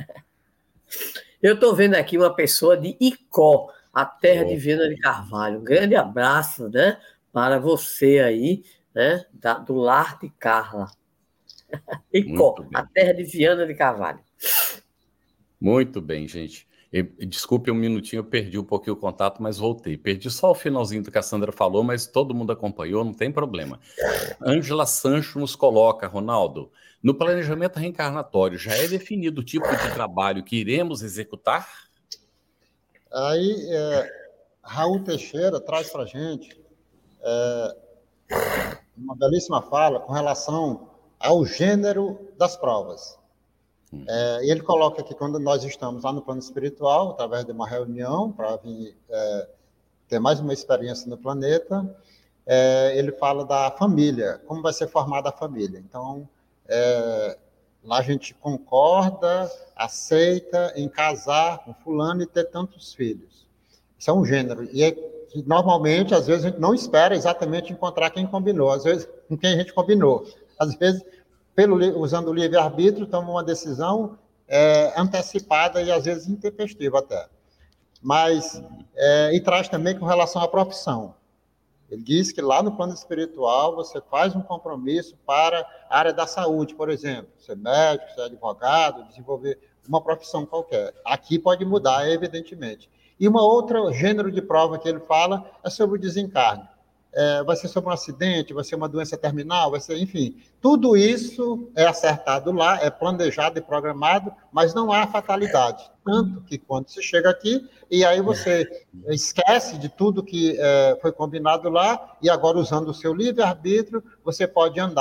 Eu estou vendo aqui uma pessoa de Icó, a terra oh. de Viana de Carvalho. Um grande abraço, né, para você aí, né, da, do lar de Carla. Icó, a terra de Viana de Carvalho. Muito bem, gente. E, desculpe um minutinho, eu perdi um pouquinho o contato, mas voltei. Perdi só o finalzinho do que a Sandra falou, mas todo mundo acompanhou, não tem problema. Ângela Sancho nos coloca, Ronaldo, no planejamento reencarnatório, já é definido o tipo de trabalho que iremos executar? Aí, é, Raul Teixeira traz para a gente é, uma belíssima fala com relação ao gênero das provas. É, e ele coloca que quando nós estamos lá no plano espiritual, através de uma reunião, para vir é, ter mais uma experiência no planeta, é, ele fala da família, como vai ser formada a família. Então, é, lá a gente concorda, aceita em casar com fulano e ter tantos filhos. Isso é um gênero. E é, normalmente, às vezes, a gente não espera exatamente encontrar quem combinou, às vezes, com quem a gente combinou. Às vezes, pelo, usando o livre-arbítrio, toma uma decisão é, antecipada e, às vezes, intempestiva até. Mas, é, e traz também com relação à profissão. Ele diz que lá no plano espiritual você faz um compromisso para a área da saúde, por exemplo, ser médico, ser advogado, desenvolver uma profissão qualquer. Aqui pode mudar, evidentemente. E uma outra gênero de prova que ele fala é sobre o desencarne. É, vai ser sobre um acidente, vai ser uma doença terminal, vai ser, enfim, tudo isso é acertado lá, é planejado e programado, mas não há fatalidade. Tanto que quando você chega aqui, e aí você esquece de tudo que é, foi combinado lá, e agora usando o seu livre-arbítrio, você pode andar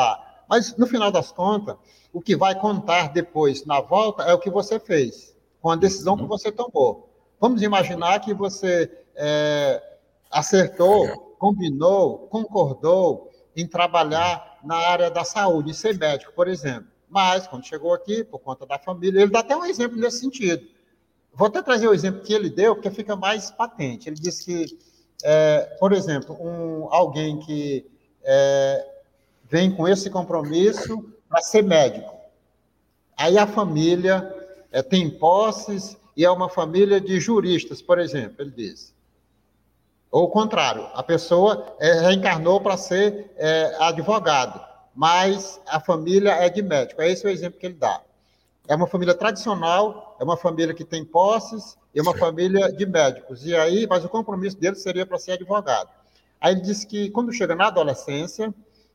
Mas, no final das contas, o que vai contar depois, na volta, é o que você fez, com a decisão que você tomou. Vamos imaginar que você é, acertou, combinou, concordou em trabalhar na área da saúde, ser médico, por exemplo. Mas, quando chegou aqui, por conta da família, ele dá até um exemplo nesse sentido. Vou até trazer o exemplo que ele deu, porque fica mais patente. Ele disse que, é, por exemplo, um, alguém que é, vem com esse compromisso para ser médico. Aí a família é, tem posses e é uma família de juristas, por exemplo, ele disse. Ou o contrário, a pessoa é, reencarnou para ser é, advogado, mas a família é de médico. É esse o exemplo que ele dá. É uma família tradicional, é uma família que tem posses, e é uma família de médicos. E aí, mas o compromisso dele seria para ser advogado. Aí ele disse que quando chega na adolescência,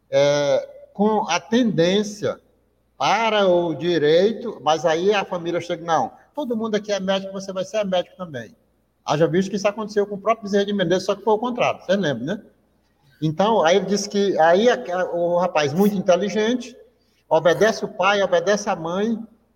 é, com a tendência para o direito, mas aí a família chega, não, todo mundo aqui é médico, você vai ser médico também. Haja visto que isso aconteceu com o próprio Bezerra de Menezes, só que foi o contrário, você lembra, né? Então, aí ele disse que aí o rapaz muito inteligente, obedece o pai, obedece a mãe,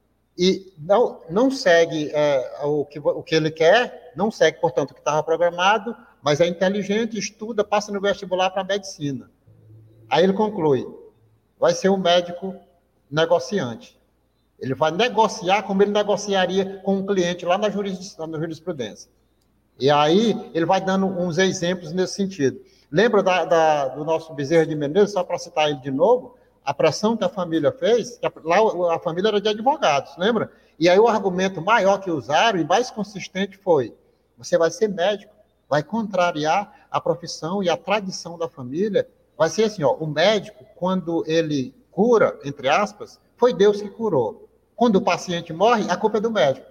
e não, não segue é, o, que, o que ele quer, não segue, portanto, o que estava programado, mas é inteligente, estuda, passa no vestibular para a medicina. Aí ele conclui, vai ser um médico negociante. Ele vai negociar como ele negociaria com um cliente lá na jurisprudência. E aí ele vai dando uns exemplos nesse sentido. Lembra da, da, do nosso Bezerra de Menezes, só para citar ele de novo, a pressão que a família fez, que a, lá a família era de advogados, lembra? E aí o argumento maior que usaram e mais consistente foi, você vai ser médico, vai contrariar a profissão e a tradição da família, vai ser assim, ó, o médico, quando ele cura, entre aspas, foi Deus que curou. Quando o paciente morre, a culpa é do médico.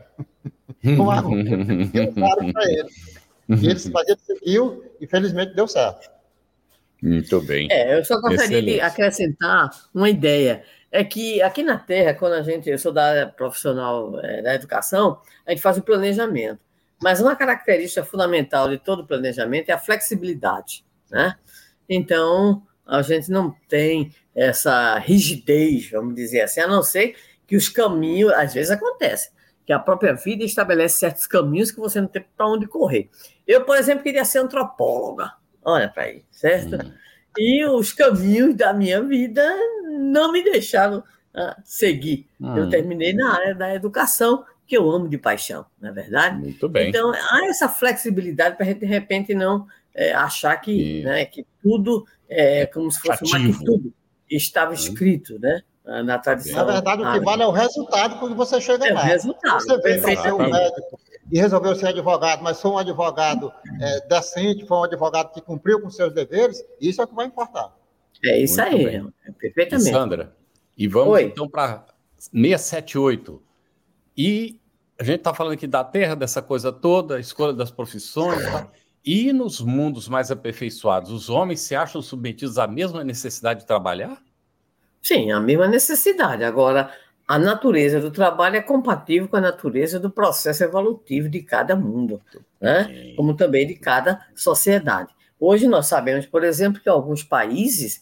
Um argumento que usaram para ele. E ele, mas ele seguiu e felizmente deu certo. Muito bem. É, eu só gostaria Excelente. de acrescentar uma ideia. É que aqui na Terra, quando a gente, eu sou da área profissional é, da educação, a gente faz o planejamento. Mas uma característica fundamental de todo planejamento é a flexibilidade, né? Então, a gente não tem essa rigidez, vamos dizer assim, a não ser que os caminhos, às vezes acontece, que a própria vida estabelece certos caminhos que você não tem para onde correr. Eu, por exemplo, queria ser antropóloga. Olha para aí, certo? Hum. E os caminhos da minha vida não me deixaram uh, seguir. Hum. Eu terminei na área da educação, que eu amo de paixão, não é verdade? Muito bem. Então, há essa flexibilidade para a gente, de repente, não é, achar que, né, que tudo é como se fosse uma, que tudo estava escrito, né? Na tradição. Na verdade, o que vale é o resultado quando você chega é lá. O resultado. Você veio para ser um médico e resolveu ser advogado, mas foi um advogado é, decente, foi um advogado que cumpriu com seus deveres, isso é o que vai importar. É isso Muito aí, bem. perfeitamente. E Sandra, e vamos Oi. então para seiscentos e setenta e oito. E a gente está falando aqui da Terra, dessa coisa toda, a escolha das profissões, tá? E nos mundos mais aperfeiçoados, os homens se acham submetidos à mesma necessidade de trabalhar? Sim, a mesma necessidade. Agora, a natureza do trabalho é compatível com a natureza do processo evolutivo de cada mundo, né? Como também de cada sociedade. Hoje nós sabemos, por exemplo, que alguns países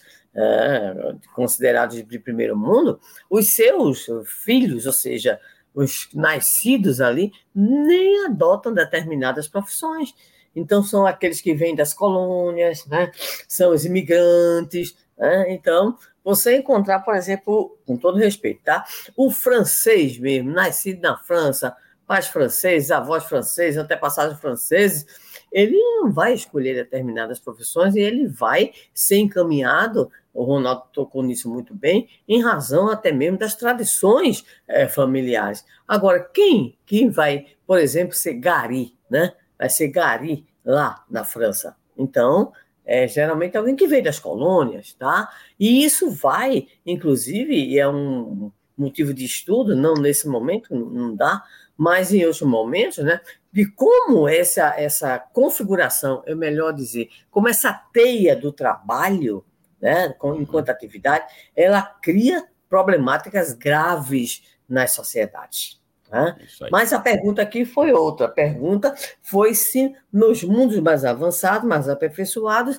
é, considerados de primeiro mundo, os seus filhos, ou seja, os nascidos ali, nem adotam determinadas profissões. Então, são aqueles que vêm das colônias, né? São os imigrantes, né? Então, você encontrar, por exemplo, com todo respeito, tá? O francês mesmo, nascido na França, pais franceses, avós franceses, antepassados franceses, ele não vai escolher determinadas profissões e ele vai ser encaminhado, o Ronaldo tocou nisso muito bem, em razão até mesmo das tradições é, familiares. Agora, quem, quem vai, por exemplo, ser gari, né? Vai ser gari lá na França. Então, é geralmente alguém que veio das colônias, tá? E isso vai, inclusive, e é um motivo de estudo, não nesse momento, não dá, mas em outros momentos, né? De como essa, essa configuração, é melhor dizer, como essa teia do trabalho, né, enquanto atividade, ela cria problemáticas graves nas sociedades. Né? Mas a pergunta aqui foi outra. A pergunta foi se nos mundos mais avançados, mais aperfeiçoados,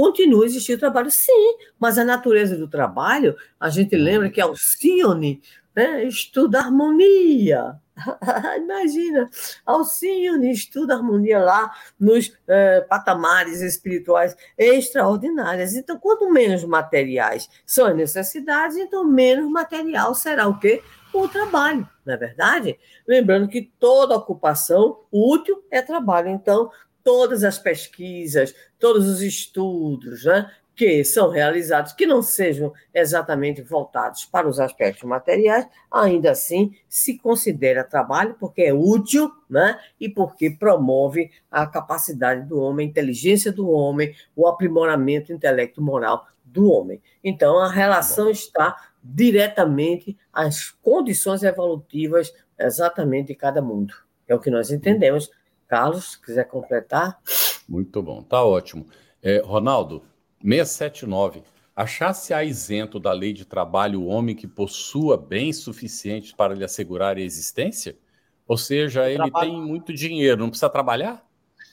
continua a existir o trabalho, sim, mas a natureza do trabalho, a gente lembra que Alcione, né, estuda harmonia. Imagina, Alcione estuda harmonia lá nos eh, patamares espirituais extraordinários. Então, quanto menos materiais são as necessidades, então menos material será o quê? O trabalho, não é verdade? Lembrando que toda ocupação útil é trabalho. Então, todas as pesquisas, todos os estudos, né, que são realizados, que não sejam exatamente voltados para os aspectos materiais, ainda assim se considera trabalho porque é útil, né, e porque promove a capacidade do homem, a inteligência do homem, o aprimoramento intelecto-moral do homem. Então, a relação está diretamente às condições evolutivas exatamente de cada mundo. É o que nós entendemos. Carlos, se quiser completar. Muito bom, tá ótimo. É, Ronaldo, seiscentos e setenta e nove. Achar-se-á isento da lei de trabalho o homem que possua bens suficientes para lhe assegurar a existência? Ou seja, ele trabalho... tem muito dinheiro, não precisa trabalhar?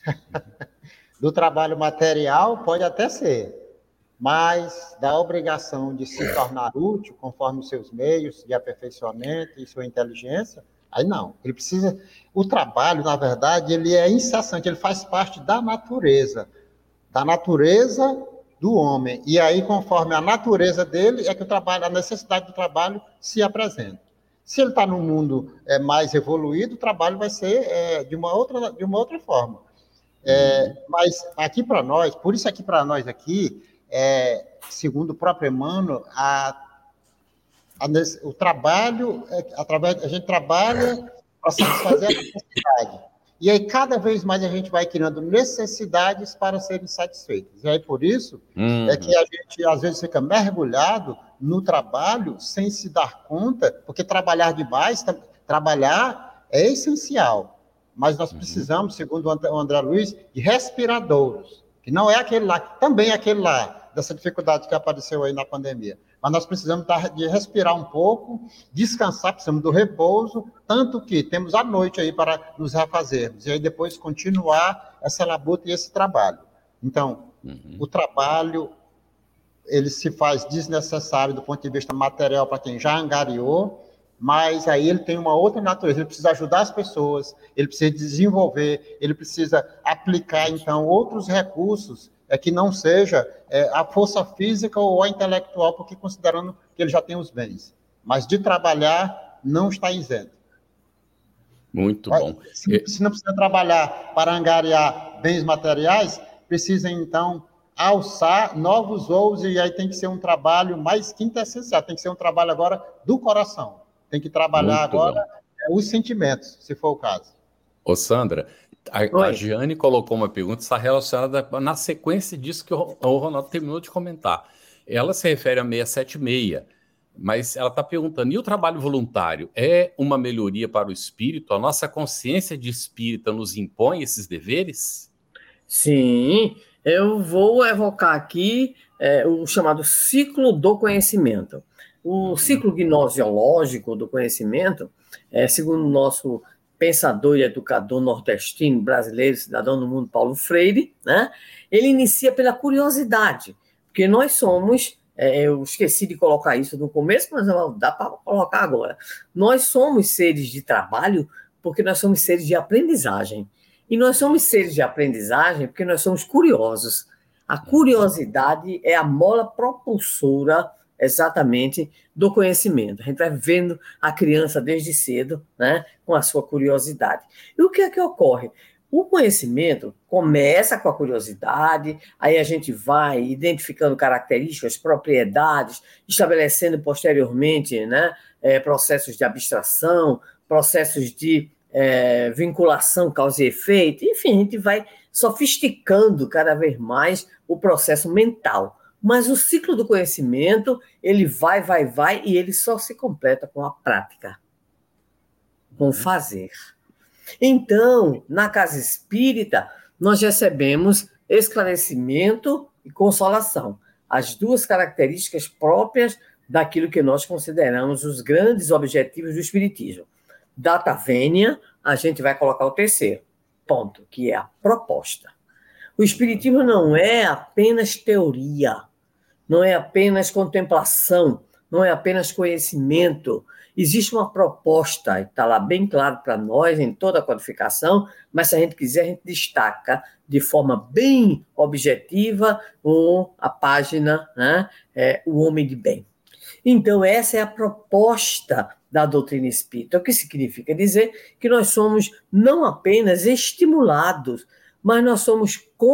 Do trabalho material pode até ser, mas da obrigação de se tornar útil conforme os seus meios de aperfeiçoamento e sua inteligência, aí não. Ele precisa... O trabalho, na verdade, ele é incessante, ele faz parte da natureza, da natureza do homem. E aí, conforme a natureza dele, é que o trabalho, a necessidade do trabalho se apresenta. Se ele está num mundo é, mais evoluído, o trabalho vai ser é, de, uma outra, de uma outra forma. É, mas aqui para nós, por isso aqui para nós aqui, é, segundo o próprio Emmanuel, a, a, o trabalho, é, através, a gente trabalha para satisfazer a necessidade. E aí, cada vez mais, a gente vai criando necessidades para serem satisfeitas. E aí, por isso, uhum. é que a gente, às vezes, fica mergulhado no trabalho sem se dar conta, porque trabalhar demais, tra- trabalhar é essencial. Mas nós precisamos, segundo o André Luiz, de respiradouros, que não é aquele lá, também é aquele lá, dessa dificuldade que apareceu aí na pandemia. Mas nós precisamos de respirar um pouco, descansar, precisamos do repouso, tanto que temos a noite aí para nos refazermos, e aí depois continuar essa labuta e esse trabalho. Então, uhum. o trabalho, ele se faz desnecessário do ponto de vista material para quem já angariou, mas aí ele tem uma outra natureza, ele precisa ajudar as pessoas, ele precisa desenvolver, ele precisa aplicar, então, outros recursos, é que não seja é, a força física ou a intelectual, porque considerando que ele já tem os bens. Mas de trabalhar, não está isento. Muito bom. Se, se não precisa trabalhar para angariar bens materiais, precisa, então, alçar novos voos, e aí tem que ser um trabalho mais quintessencial, tem que ser um trabalho agora do coração. Tem que trabalhar Muito agora é, os sentimentos, se for o caso. Ô, Sandra, a, a Giane colocou uma pergunta, está relacionada na sequência disso que o, o Ronaldo terminou de comentar. Ela se refere a seiscentos e setenta e seis, mas ela está perguntando, e o trabalho voluntário é uma melhoria para o espírito? A nossa consciência de espírita nos impõe esses deveres? Sim, eu vou evocar aqui é, o chamado ciclo do conhecimento. O ciclo gnosiológico do conhecimento, é, segundo o nosso pensador e educador nordestino, brasileiro, cidadão do mundo, Paulo Freire, né? Ele inicia pela curiosidade, porque nós somos, é, eu esqueci de colocar isso no começo, mas dá para colocar agora, nós somos seres de trabalho porque nós somos seres de aprendizagem, e nós somos seres de aprendizagem porque nós somos curiosos. A curiosidade é a mola propulsora exatamente do conhecimento. A gente vai vendo a criança desde cedo, né, com a sua curiosidade. E o que é que ocorre? O conhecimento começa com a curiosidade, aí a gente vai identificando características, propriedades, estabelecendo posteriormente, né, é, processos de abstração, processos de é, vinculação, causa e efeito, enfim, a gente vai sofisticando cada vez mais o processo mental. Mas o ciclo do conhecimento, ele vai, vai, vai, e ele só se completa com a prática, com o fazer. Então, na casa espírita, nós recebemos esclarecimento e consolação, as duas características próprias daquilo que nós consideramos os grandes objetivos do espiritismo. Data vênia, a gente vai colocar o terceiro ponto, que é a proposta. O Espiritismo não é apenas teoria, não é apenas contemplação, não é apenas conhecimento. Existe uma proposta, e está lá bem claro para nós, em toda a codificação, mas se a gente quiser, a gente destaca de forma bem objetiva com a página, né, é, O Homem de Bem. Então, essa é a proposta da doutrina espírita, o que significa dizer que nós somos não apenas estimulados, mas nós somos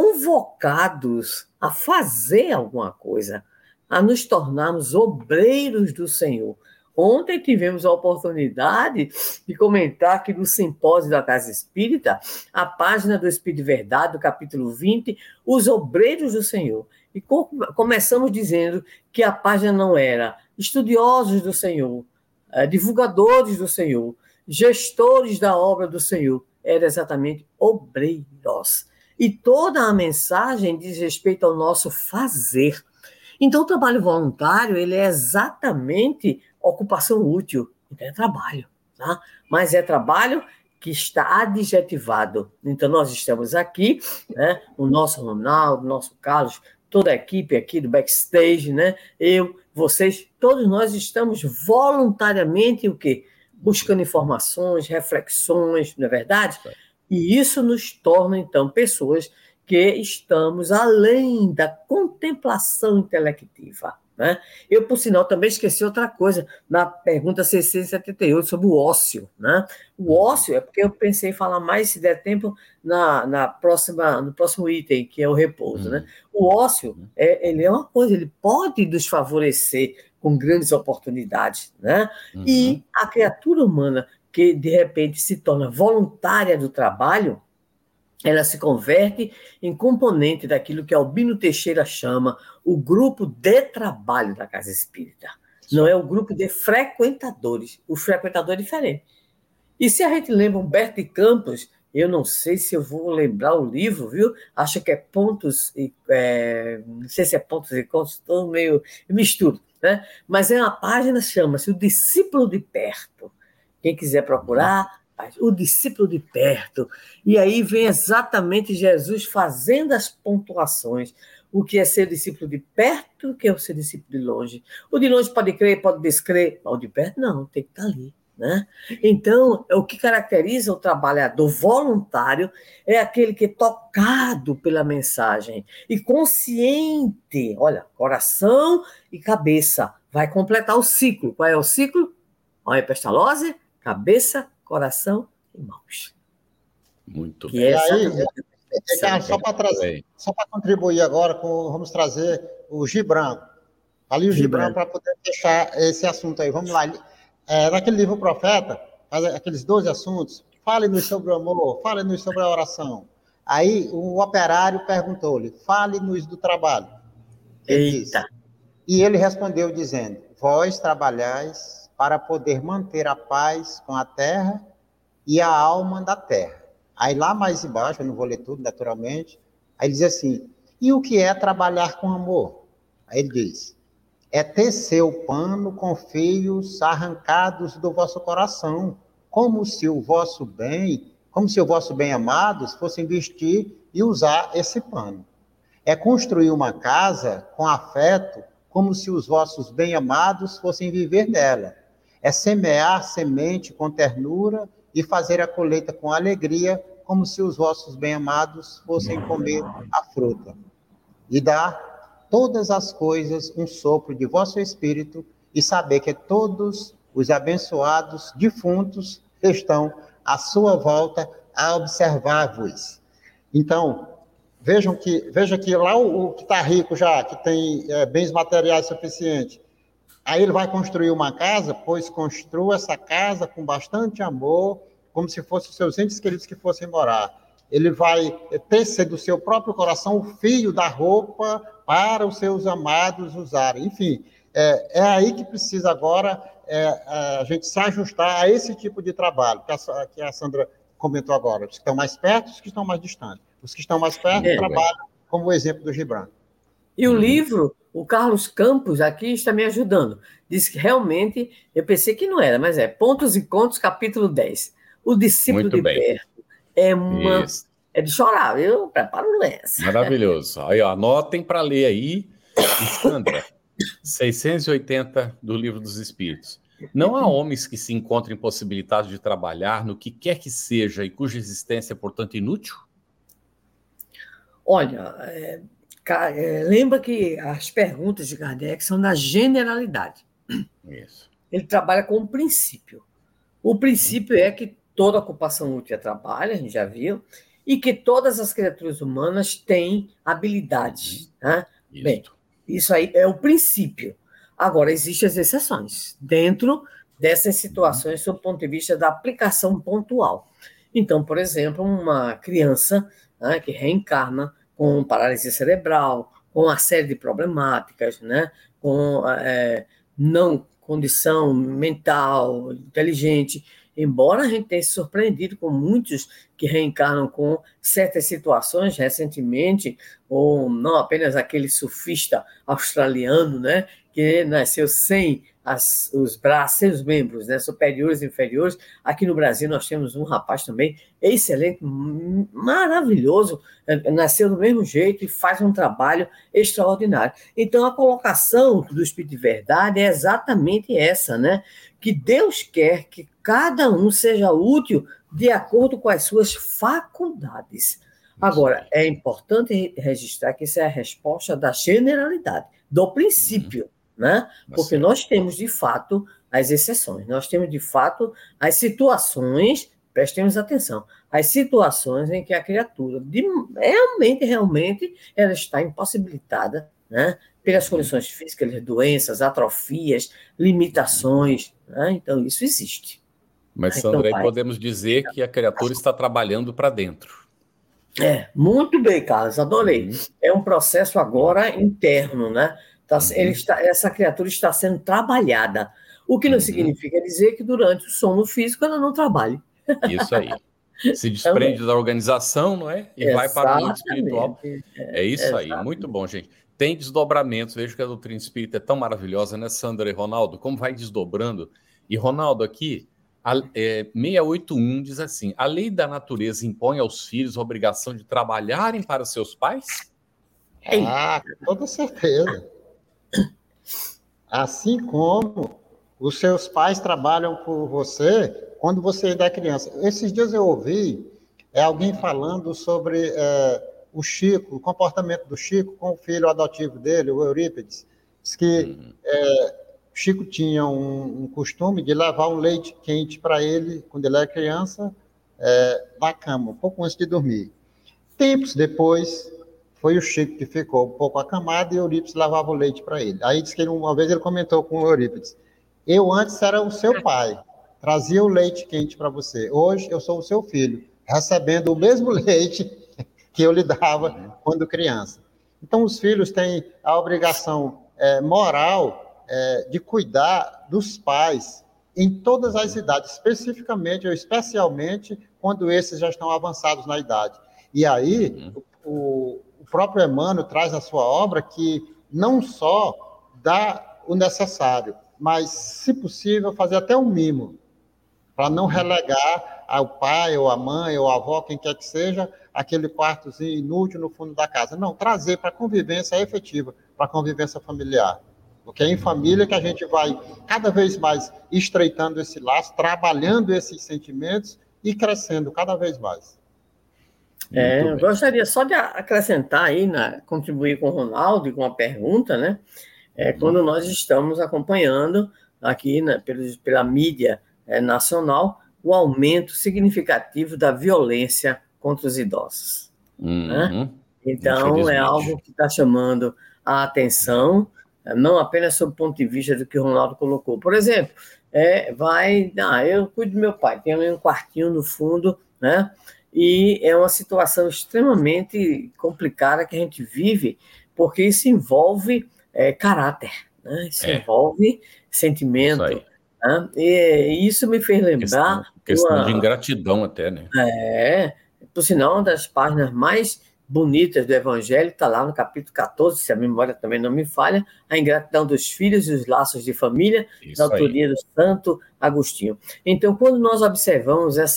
convocados a fazer alguma coisa, a nos tornarmos obreiros do Senhor. Ontem tivemos a oportunidade de comentar que no simpósio da Casa Espírita, a página do Espírito de Verdade, do capítulo vinte, os obreiros do Senhor. E começamos dizendo que a página não era estudiosos do Senhor, divulgadores do Senhor, gestores da obra do Senhor, era exatamente obreiros. E toda a mensagem diz respeito ao nosso fazer. Então, o trabalho voluntário, ele é exatamente ocupação útil. Então, é trabalho, tá? Mas é trabalho que está adjetivado. Então, nós estamos aqui, né? O nosso Ronaldo, o nosso Carlos, toda a equipe aqui do backstage, né? Eu, vocês, todos nós estamos voluntariamente o quê? Buscando informações, reflexões, não é verdade? E isso nos torna, então, pessoas que estamos além da contemplação intelectiva, né? Eu, por sinal, também esqueci outra coisa, na pergunta seiscentos e setenta e oito, sobre o ócio, né? O ócio é porque eu pensei em falar mais, se der tempo, na, na próxima, no próximo item, que é o repouso, né? O ócio, é, ele é uma coisa, ele pode nos favorecer com grandes oportunidades, né? Uhum. E a criatura humana que, de repente, se torna voluntária do trabalho, ela se converte em componente daquilo que Albino Teixeira chama o grupo de trabalho da Casa Espírita. Não é o grupo de frequentadores. O frequentador é diferente. E se a gente lembra Humberto de Campos, eu não sei se eu vou lembrar o livro, viu? Acho que é Pontos e... É, não sei se é Pontos e Contos, estou meio... Eu misturo, né? Mas é uma página, chama-se O Discípulo de Perto. Quem quiser procurar... O discípulo de perto, e aí vem exatamente Jesus fazendo as pontuações, o que é ser discípulo de perto, o que é ser discípulo de longe. O de longe pode crer, pode descrer, mas o de perto não, tem que estar ali, né? Então, o que caracteriza o trabalhador voluntário é aquele que é tocado pela mensagem e consciente, olha, coração e cabeça, vai completar o ciclo. Qual é o ciclo? Olha, pestalose, cabeça, coração e mãos. Muito que bem. É E aí, é, Carlos, só para trazer, só para contribuir agora, com, vamos trazer o Gibran. Ali o Gibran, para poder fechar esse assunto aí. Vamos lá. É, naquele livro Profeta, aqueles doze assuntos, fale-nos sobre o amor, fale-nos sobre a oração. Aí o operário perguntou-lhe, fale-nos do trabalho. Ele Eita! disse, e ele respondeu dizendo, vós trabalhais para poder manter a paz com a terra e a alma da terra. Aí lá mais embaixo, eu não vou ler tudo, naturalmente, aí ele diz assim, e o que é trabalhar com amor? Aí ele diz, é tecer o pano com fios arrancados do vosso coração, como se o vosso bem, como se o vosso bem amados fossem vestir e usar esse pano. É construir uma casa com afeto, como se os vossos bem amados fossem viver nela. É semear semente com ternura e fazer a colheita com alegria, como se os vossos bem-amados fossem comer a fruta. E dar todas as coisas um sopro de vosso espírito e saber que todos os abençoados defuntos estão à sua volta a observar-vos. Então, vejam que, vejam que lá o, o que está rico já, que tem é, bens materiais suficientes, aí ele vai construir uma casa, pois construa essa casa com bastante amor, como se fossem os seus entes queridos que fossem morar. Ele vai tecer do seu próprio coração o fio da roupa para os seus amados usarem. Enfim, é, é aí que precisa agora é, a gente se ajustar a esse tipo de trabalho, que a, que a Sandra comentou agora. Os que estão mais perto, os que estão mais distantes. Os que estão mais perto é, trabalham, como o exemplo do Gibran. E o livro, o Carlos Campos aqui está me ajudando. Diz que realmente, eu pensei que não era, mas é Pontos e Contos, capítulo dez. O discípulo Muito de bem. perto é uma, é de chorar, viu? Prepara o lenço. Maravilhoso. Aí, ó, anotem para ler aí. Sandra, seiscentos e oitenta do Livro dos Espíritos. Não há homens que se encontrem impossibilitados de trabalhar no que quer que seja e cuja existência é, portanto, inútil? Olha, é, é, lembra que as perguntas de Kardec são da generalidade. Isso. Ele trabalha com um princípio. O princípio é que toda ocupação útil é trabalho, a gente já viu, e que todas as criaturas humanas têm habilidades. Né? Isso. Bem, isso aí é o princípio. Agora, existem as exceções dentro dessas situações sob o ponto de vista da aplicação pontual. Então, por exemplo, uma criança, né, que reencarna com paralisia cerebral, com uma série de problemáticas, né, com é, não condição mental, inteligente, embora a gente tenha se surpreendido com muitos que reencarnam com certas situações recentemente, ou não apenas aquele surfista australiano, né, que nasceu sem as, os braços, sem os membros, né, superiores e inferiores. Aqui no Brasil nós temos um rapaz também excelente, maravilhoso, nasceu do mesmo jeito e faz um trabalho extraordinário. Então a colocação do Espírito de Verdade é exatamente essa, né, que Deus quer que cada um seja útil de acordo com as suas faculdades. Agora, é importante registrar que isso é a resposta da generalidade, do princípio, né? Porque nós temos, de fato, as exceções, nós temos, de fato, as situações, prestemos atenção, as situações em que a criatura de, realmente, realmente, ela está impossibilitada, né? Pelas condições físicas, doenças, atrofias, limitações, né? Então, isso existe. Mas, Sandra, então, aí podemos dizer que a criatura está trabalhando para dentro. É, muito bem, Carlos, adorei. Uhum. É um processo agora interno, né? Tá, uhum. ele está, essa criatura está sendo trabalhada, o que não uhum. significa dizer que durante o sono físico ela não trabalhe. Isso aí. Se desprende da organização, não é? E Exatamente. Vai para o mundo espiritual. É, é isso Exatamente. Aí, muito bom, gente. Tem desdobramentos, vejo que a doutrina espírita é tão maravilhosa, né, Sandra e Ronaldo? Como vai desdobrando? E, Ronaldo, aqui, a, é, seiscentos e oitenta e um diz assim: a lei da natureza impõe aos filhos a obrigação de trabalharem para seus pais? Ah, com toda certeza. Assim como os seus pais trabalham por você quando você ainda é criança. Esses dias eu ouvi é, alguém falando sobre é, o Chico, o comportamento do Chico com o filho adotivo dele, o Eurípides. Diz que uhum. é, o Chico tinha um, um costume de levar um leite quente para ele, quando ele era criança, é, na cama, um pouco antes de dormir. Tempos depois, foi o Chico que ficou um pouco acamado e Eurípides levava o leite para ele. Aí diz que uma vez ele comentou com o Eurípides: eu antes era o seu pai, trazia o leite quente para você. Hoje eu sou o seu filho, recebendo o mesmo leite que eu lhe dava quando criança. Então os filhos têm a obrigação é, moral é, de cuidar dos pais em todas as idades, especificamente ou especialmente quando esses já estão avançados na idade. E aí o O próprio Emmanuel traz na sua obra que não só dá o necessário, mas, se possível, fazer até um mimo, para não relegar ao pai, ou à mãe, ou à avó, quem quer que seja, aquele quartozinho inútil no fundo da casa. Não, trazer para a convivência efetiva, para a convivência familiar. Porque é em família que a gente vai cada vez mais estreitando esse laço, trabalhando esses sentimentos e crescendo cada vez mais. É, eu gostaria só de acrescentar aí, na, contribuir com o Ronaldo e com a pergunta, né? É, quando nós estamos acompanhando aqui, né, pela, pela mídia é, nacional, o aumento significativo da violência contra os idosos. Uhum. Né? Então, é algo que está chamando a atenção, não apenas sob o ponto de vista do que o Ronaldo colocou. Por exemplo, é, vai, ah, eu cuido do meu pai, tem um quartinho no fundo, né? E é uma situação extremamente complicada que a gente vive, porque isso envolve é, caráter, né? Isso é. envolve sentimento. Isso né? E isso me fez lembrar... Questão, questão uma, de ingratidão até, né? É, por sinal, uma das páginas mais bonitas do Evangelho está lá no capítulo catorze, se a memória também não me falha, a ingratidão dos filhos e os laços de família, isso da autoria aí. do Santo Agostinho. Então, quando nós observamos essa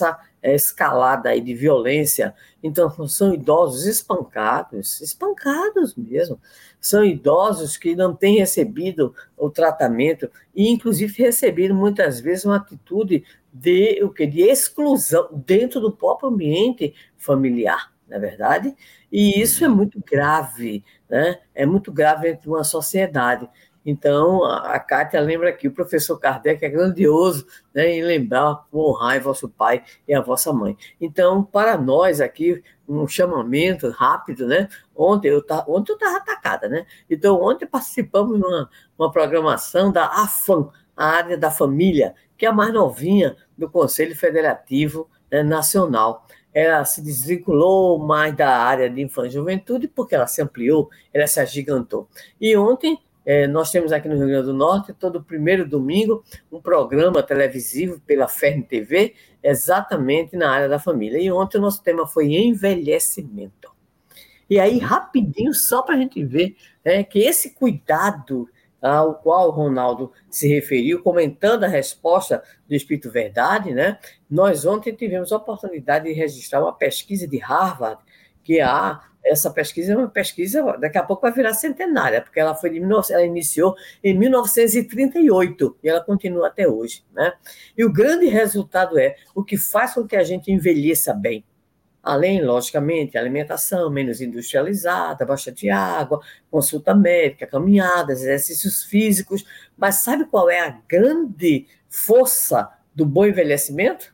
é, escalada aí de violência. Então, são idosos espancados, espancados mesmo. São idosos que não têm recebido o tratamento e, inclusive, recebido muitas vezes uma atitude de, o quê? De exclusão dentro do próprio ambiente familiar, não é verdade? E isso é muito grave, né? É muito grave dentro de uma sociedade. Então, a Kátia lembra aqui, o professor Kardec é grandioso, né, em lembrar, honrar vosso pai e a vossa mãe. Então, para nós aqui, um chamamento rápido, né? Ontem eu estava ontem eu estava atacada, né? Então, ontem participamos de uma, uma programação da AFAM, a área da família, que é a mais novinha do Conselho Federativo, né, Nacional. Ela se desvinculou mais da área de infância e juventude, porque ela se ampliou, ela se agigantou. E ontem, É, nós temos aqui no Rio Grande do Norte, todo primeiro domingo, um programa televisivo pela Fern T V, exatamente na área da família. E ontem o nosso tema foi envelhecimento. E aí, rapidinho, só para a gente ver, né, que esse cuidado ao qual o Ronaldo se referiu, comentando a resposta do Espírito Verdade, né, nós ontem tivemos a oportunidade de registrar uma pesquisa de Harvard, que a essa pesquisa é uma pesquisa, daqui a pouco vai virar centenária, porque ela, foi de, ela iniciou em mil novecentos e trinta e oito e ela continua até hoje, né? E o grande resultado é o que faz com que a gente envelheça bem. Além, logicamente, alimentação menos industrializada, bastante água, consulta médica, caminhadas, exercícios físicos. Mas sabe qual é a grande força do bom envelhecimento?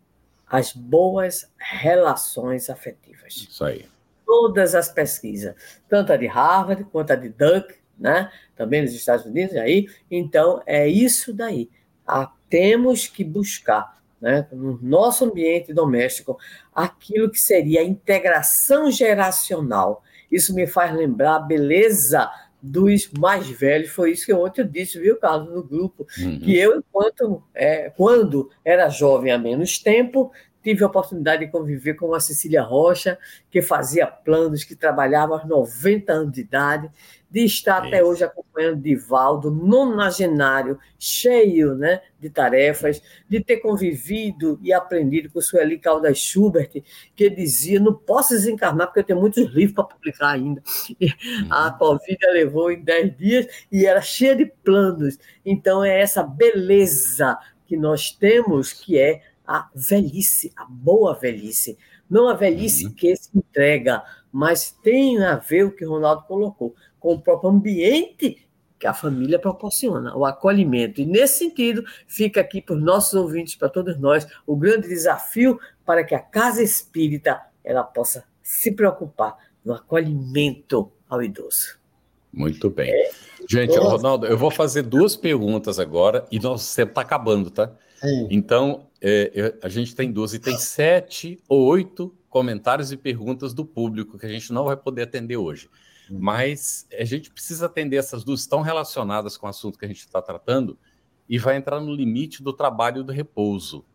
As boas relações afetivas. Isso aí. Todas as pesquisas, tanto a de Harvard quanto a de Duke, né? Também nos Estados Unidos, aí. Então, é isso daí. Ah, temos que buscar, né, no nosso ambiente doméstico, aquilo que seria a integração geracional. Isso me faz lembrar a beleza dos mais velhos. Foi isso que ontem eu disse, viu, Carlos, no grupo, uhum. que eu, enquanto, é, quando era jovem há menos tempo, tive a oportunidade de conviver com a Cecília Rocha, que fazia planos, que trabalhava aos noventa anos de idade, de estar Isso. até hoje acompanhando Divaldo, nonagenário, cheio, né, de tarefas, de ter convivido e aprendido com Sueli Caldas Schubert, que dizia, não posso desencarnar porque eu tenho muitos livros para publicar ainda. E uhum. a Covid levou em dez dias e era cheia de planos. Então é essa beleza que nós temos, que é a velhice, a boa velhice. Não a velhice uhum. que se entrega, mas tem a ver o que o Ronaldo colocou, com o próprio ambiente que a família proporciona, o acolhimento. E, nesse sentido, fica aqui para os nossos ouvintes, para todos nós, o grande desafio para que a Casa Espírita ela possa se preocupar no acolhimento ao idoso. Muito bem. É. Gente, Nossa. Ronaldo, eu vou fazer duas perguntas agora e nosso tempo está acabando, tá? Sim. Então, é, a gente tem duas e tem sete ou oito comentários e perguntas do público que a gente não vai poder atender hoje. Hum. Mas a gente precisa atender essas duas, estão relacionadas com o assunto que a gente está tratando e vai entrar no limite do trabalho do repouso.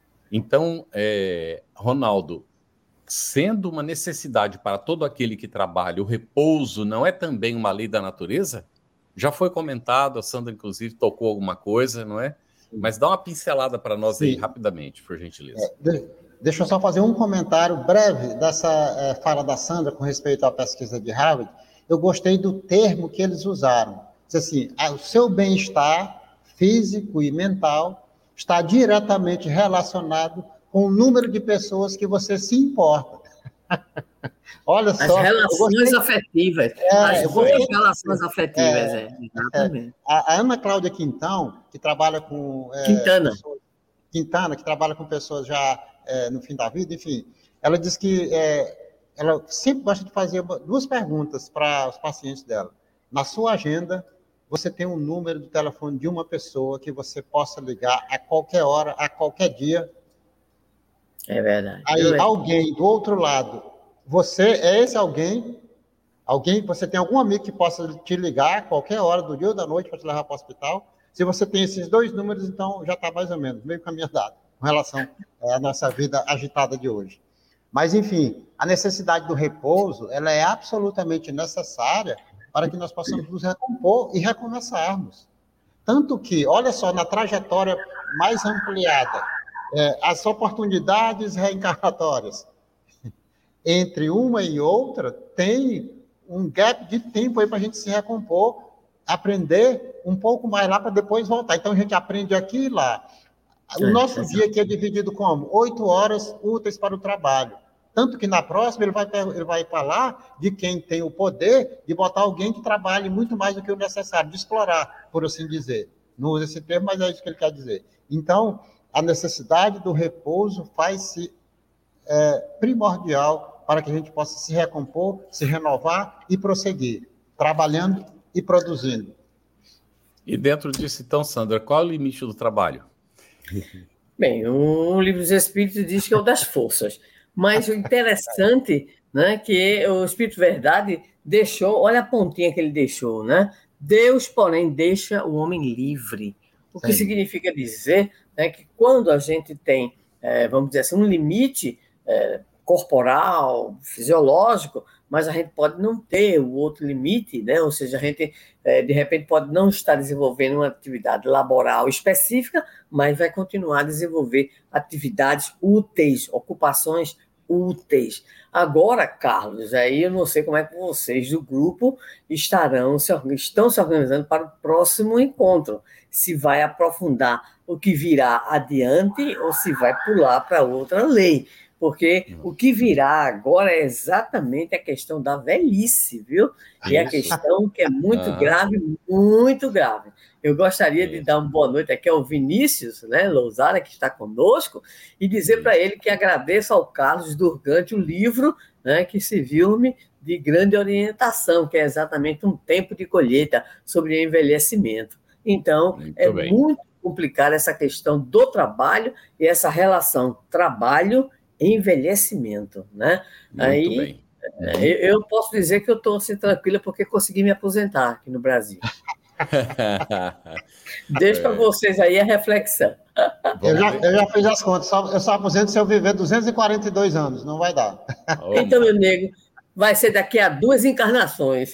Então, é, Ronaldo, sendo uma necessidade para todo aquele que trabalha, o repouso não é também uma lei da natureza? Já foi comentado, a Sandra, inclusive, tocou alguma coisa, não é? Mas dá uma pincelada para nós aí, Sim. rapidamente, por gentileza. É, de, deixa eu só fazer um comentário breve dessa é, fala da Sandra com respeito à pesquisa de Harvard. Eu gostei do termo que eles usaram. Diz assim, o seu bem-estar físico e mental está diretamente relacionado com o número de pessoas que você se importa. Olha só. As relações afetivas. É, as boas relações afetivas, é, é, exatamente. É. A, a Ana Cláudia Quintão, que trabalha com... É, Quintana. Pessoas, Quintana, que trabalha com pessoas já é, no fim da vida, enfim, ela diz que é, ela sempre gosta de fazer duas perguntas para os pacientes dela. Na sua agenda, você tem um número do telefone de uma pessoa que você possa ligar a qualquer hora, a qualquer dia. É verdade. Aí é. alguém do outro lado, você é esse alguém, alguém, você tem algum amigo que possa te ligar a qualquer hora do dia ou da noite para te levar para o hospital? Se você tem esses dois números, então já está mais ou menos, meio caminho andado, com relação é, à nossa vida agitada de hoje. Mas, enfim, a necessidade do repouso, ela é absolutamente necessária para que nós possamos nos recompor e recomeçarmos. Tanto que, olha só, na trajetória mais ampliada é, as oportunidades reencarnatórias entre uma e outra tem um gap de tempo aí para a gente se recompor, aprender um pouco mais lá para depois voltar. Então a gente aprende aqui e lá. O nosso dia aqui é dividido como? Oito horas úteis para o trabalho. Tanto que na próxima ele vai, ele vai falar de quem tem o poder de botar alguém que trabalhe muito mais do que o necessário, de explorar, por assim dizer. Não usa esse termo, mas é isso que ele quer dizer. Então, a necessidade do repouso faz-se é, primordial para que a gente possa se recompor, se renovar e prosseguir, trabalhando e produzindo. E dentro disso, então, Sandra, qual é o limite do trabalho? Bem, o Livro dos Espíritos diz que é o das forças. Mas o interessante, né, que o Espírito Verdade deixou, olha a pontinha que ele deixou, né? Deus, porém, deixa o homem livre. O que Sim. significa dizer, né, que quando a gente tem, é, vamos dizer assim, um limite é, corporal, fisiológico, mas a gente pode não ter o outro limite, né? Ou seja, a gente, é, de repente, pode não estar desenvolvendo uma atividade laboral específica, mas vai continuar a desenvolver atividades úteis, ocupações úteis. Agora, Carlos, aí eu não sei como é que vocês do grupo estarão se, estão se organizando para o próximo encontro, se vai aprofundar o que virá adiante ou se vai pular para outra lei, porque o que virá agora é exatamente a questão da velhice, viu? E a questão que é muito ah. grave, muito grave. Eu gostaria de dar uma boa noite aqui ao Vinícius, né, Lousara, que está conosco, e dizer para ele que agradeço ao Carlos Durgante o livro, né, que serviu-me de grande orientação, que é exatamente Um Tempo de Colheita, sobre envelhecimento. Então, muito é bem. muito complicada essa questão do trabalho e essa relação trabalho envelhecimento, né? Muito Aí bem. eu, eu posso dizer que eu estou assim, tranquila porque consegui me aposentar aqui no Brasil. Deixo para vocês aí a reflexão. Eu já, eu já fiz as contas, só, eu só aposento se eu viver duzentos e quarenta e dois anos, não vai dar. Então, meu nego, vai ser daqui a duas encarnações.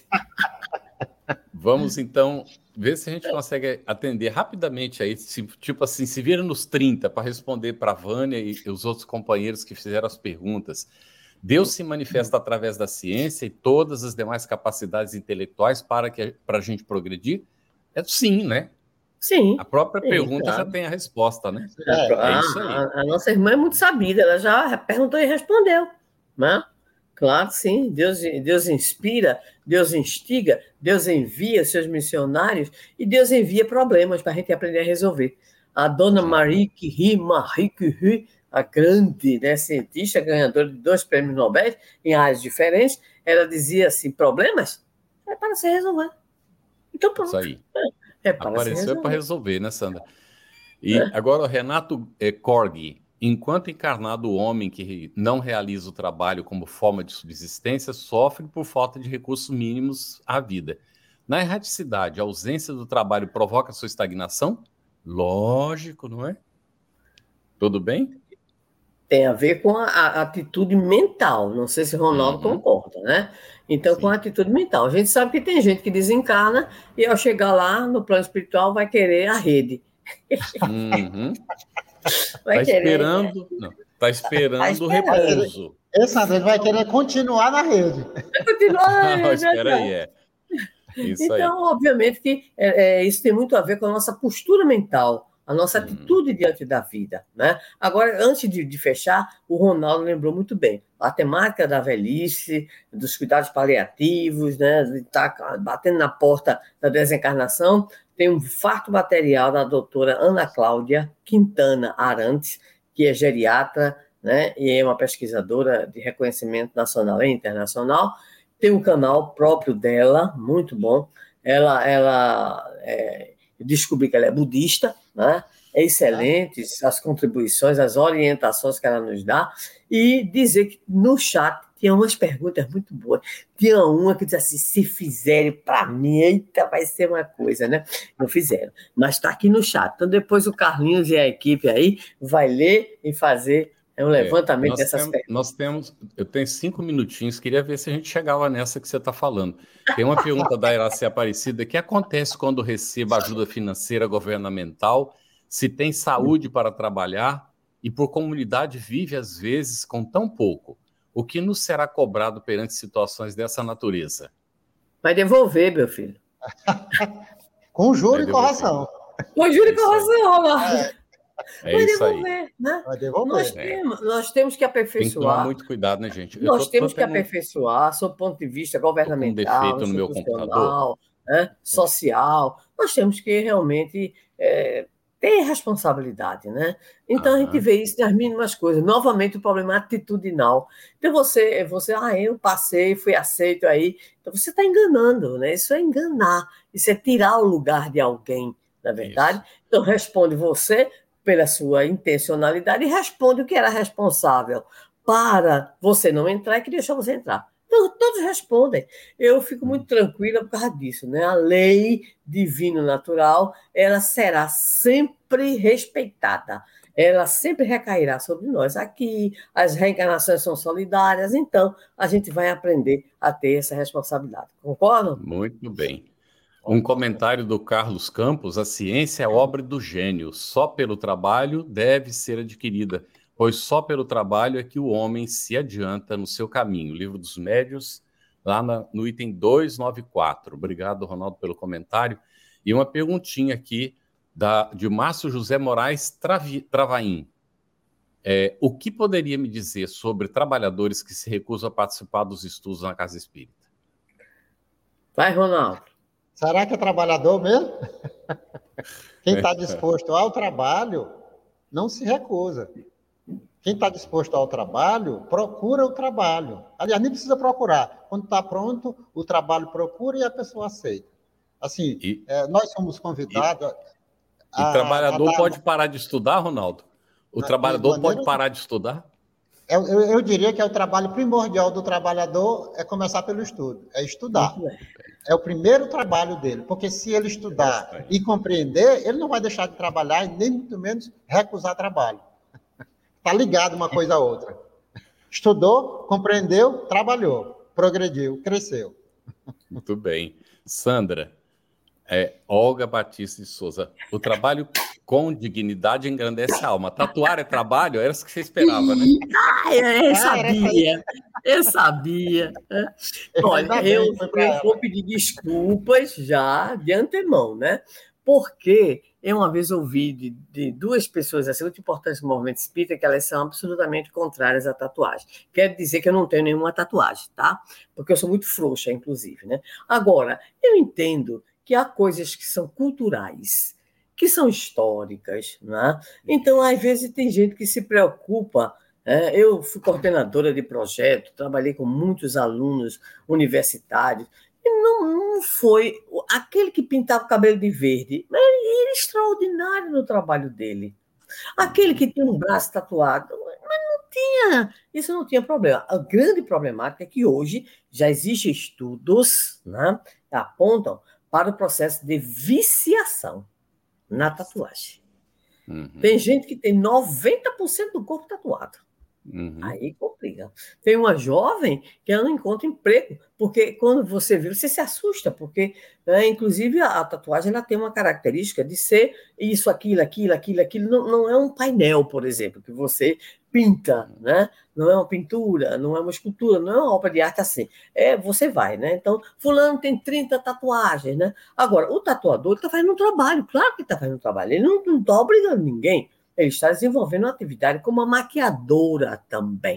Vamos, então, ver se a gente consegue atender rapidamente aí, tipo assim, se vira nos trinta para responder para a Vânia e os outros companheiros que fizeram as perguntas. Deus se manifesta através da ciência e todas as demais capacidades intelectuais para que para a gente progredir? É sim, né? Sim. A própria sim, pergunta claro. já tem a resposta, né? É, é isso aí. A, a nossa irmã é muito sabida, ela já perguntou e respondeu, né? Claro que sim, Deus, Deus inspira, Deus instiga, Deus envia seus missionários e Deus envia problemas para a gente aprender a resolver. A dona Marie Curie, Marie Curie, a grande, né, cientista, ganhadora de dois prêmios Nobel em áreas diferentes, ela dizia assim, problemas é para se resolver. Então pronto. Isso aí. É para Apareceu para resolver, né, Sandra? E é. agora o Renato é, Corgi. Enquanto encarnado, o homem que não realiza o trabalho como forma de subsistência sofre por falta de recursos mínimos à vida. Na erraticidade, a ausência do trabalho provoca sua estagnação? Lógico, não é? Tudo bem? Tem a ver com a, a atitude mental. Não sei se o Ronaldo uhum. concorda, né? Então, Sim. com a atitude mental. A gente sabe que tem gente que desencarna e, ao chegar lá no plano espiritual, vai querer a rede. Uhum. Vai tá, querer, esperando, né? não, tá esperando tá esperando o repouso. Esse André vai querer continuar na rede. Vai continuar na rede. Espera aí, é. Isso então, aí. obviamente que é, é, isso tem muito a ver com a nossa postura mental, a nossa hum. atitude diante da vida, né? Agora, antes de, de fechar, o Ronaldo lembrou muito bem a temática da velhice, dos cuidados paliativos, né? De estar batendo na porta da desencarnação. Tem um farto material da doutora Ana Cláudia Quintana Arantes, que é geriatra, né, e é uma pesquisadora de reconhecimento nacional e internacional. Tem um canal próprio dela, muito bom. Ela, ela é, eu descobri que ela é budista, né? É excelente as contribuições, as orientações que ela nos dá. E dizer que no chat tinha umas perguntas muito boas. Tinha uma que disse assim, se fizerem para mim, eita, vai ser uma coisa, né? Não fizeram, mas está aqui no chat. Então, depois o Carlinhos e a equipe aí vai ler e fazer um levantamento é, dessas temos, perguntas. Nós temos, eu tenho cinco minutinhos, queria ver se a gente chegava nessa que você está falando. Tem uma pergunta da Iraci Aparecida, o que acontece quando receba ajuda financeira governamental, se tem saúde para trabalhar e por comunidade vive, às vezes, com tão pouco. O que nos será cobrado perante situações dessa natureza? Vai devolver, meu filho. Com juro e correção. Com juro e correção, lá. É, é Vai isso devolver, aí. né? Vai devolver. Nós, É. temos, nós temos que aperfeiçoar. Tem que tomar muito cuidado, né, gente? Eu Nós tô, temos tô que tendo... aperfeiçoar, sob o ponto de vista Tô com um governamental, defeito no meu computador. institucional, né, social. Nós temos que realmente é, ter responsabilidade, né? Então, a gente Aham. vê isso nas mínimas coisas. Novamente, o problema atitudinal. Então, você, você ah, eu passei, fui aceito aí. Então, você está enganando, né? Isso é enganar. Isso é tirar o lugar de alguém, na verdade. Isso. Então, responde você pela sua intencionalidade e responde o que era responsável para você não entrar e que deixou você entrar. Então, todos respondem. Eu fico muito tranquila por causa disso, né? A lei divino-natural, ela será sempre respeitada. Ela sempre recairá sobre nós. Aqui, as reencarnações são solidárias, então a gente vai aprender a ter essa responsabilidade. Concordam? Muito bem. Um comentário do Carlos Campos: a ciência é obra do gênio, só pelo trabalho deve ser adquirida, pois só pelo trabalho é que o homem se adianta no seu caminho. Livro dos Médiuns, lá na, no item duzentos e noventa e quatro. Obrigado, Ronaldo, pelo comentário. E uma perguntinha aqui da, de Márcio José Moraes Travi, Travaim. É, o que poderia me dizer sobre trabalhadores que se recusam a participar dos estudos na Casa Espírita? Vai, Ronaldo. Será que é trabalhador mesmo? Quem está disposto ao trabalho não se recusa. Quem está disposto ao trabalho, procura o trabalho. Aliás, nem precisa procurar. Quando está pronto, o trabalho procura e a pessoa aceita. Assim, E, é, nós somos convidados... E o trabalhador a... pode parar de estudar, Ronaldo? O na, trabalhador maneira... pode parar de estudar? Eu, eu, eu diria que é o trabalho primordial do trabalhador é começar pelo estudo, é estudar. É o primeiro trabalho dele, porque se ele estudar e compreender, ele não vai deixar de trabalhar e nem muito menos recusar trabalho. Está ligado uma coisa a outra. Estudou, compreendeu, trabalhou, progrediu, cresceu. Muito bem. Sandra, é, Olga Batista de Souza, o trabalho com dignidade engrandece a alma. Tatuar é trabalho? Era isso que você esperava, né? Ah, eu sabia, eu sabia. Olha, eu, eu vou pedir desculpas já de antemão, né? Porque eu uma vez ouvi de, de duas pessoas assim, muito importantes no movimento espírita, que elas são absolutamente contrárias à tatuagem. Quer dizer que eu não tenho nenhuma tatuagem, tá? Porque eu sou muito frouxa, inclusive, né? Agora, eu entendo que há coisas que são culturais, que são históricas, né? Então, às vezes, tem gente que se preocupa. É, eu fui coordenadora de projeto, trabalhei com muitos alunos universitários, e não, não foi aquele que pintava o cabelo de verde, mas ele era extraordinário no trabalho dele. Aquele que tinha um braço tatuado, mas não tinha, isso não tinha problema. A grande problemática é que hoje já existem estudos, né, que apontam para o processo de viciação na tatuagem. Uhum. Tem gente que tem noventa por cento do corpo tatuado. Uhum. Aí complica. Tem uma jovem que ela não encontra emprego, porque quando você vê, você se assusta, porque, né, inclusive, a, a tatuagem ela tem uma característica de ser isso, aquilo, aquilo, aquilo, aquilo. Não, não é um painel, por exemplo, que você pinta, né? Não é uma pintura, não é uma escultura, não é uma obra de arte assim. É, você vai, né? Então, fulano tem trinta tatuagens, né? Agora, o tatuador está fazendo um trabalho, claro que está fazendo um trabalho, ele não está obrigando ninguém. Ele está desenvolvendo uma atividade como uma maquiadora também.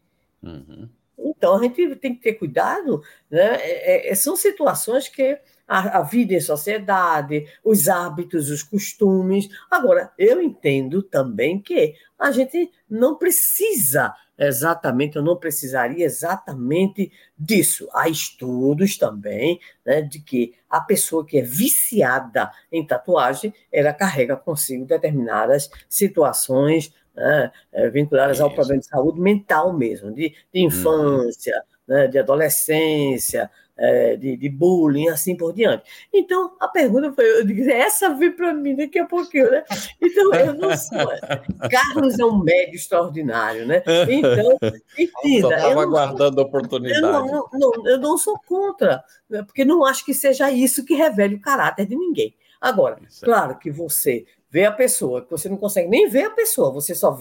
Uhum. Então, a gente tem que ter cuidado, né? É, é, são situações que a, a vida em sociedade, os hábitos, os costumes. Agora, eu entendo também que a gente não precisa exatamente, eu não precisaria exatamente disso. Há estudos também, né, de que a pessoa que é viciada em tatuagem, ela carrega consigo determinadas situações, né, vinculadas Isso. ao problema de saúde mental mesmo, de, de infância, uhum. né, de adolescência, é, de, de bullying, assim por diante. Então, a pergunta foi, eu digo, essa veio para mim daqui a pouquinho, né? Então, eu não sou... Carlos é um médio extraordinário, né? Então, entenda... Estava aguardando a oportunidade. Eu não, não, não, eu não sou contra, né, porque não acho que seja isso que revele o caráter de ninguém. Agora, isso. Claro que você vê a pessoa, que você não consegue nem ver a pessoa, você só vê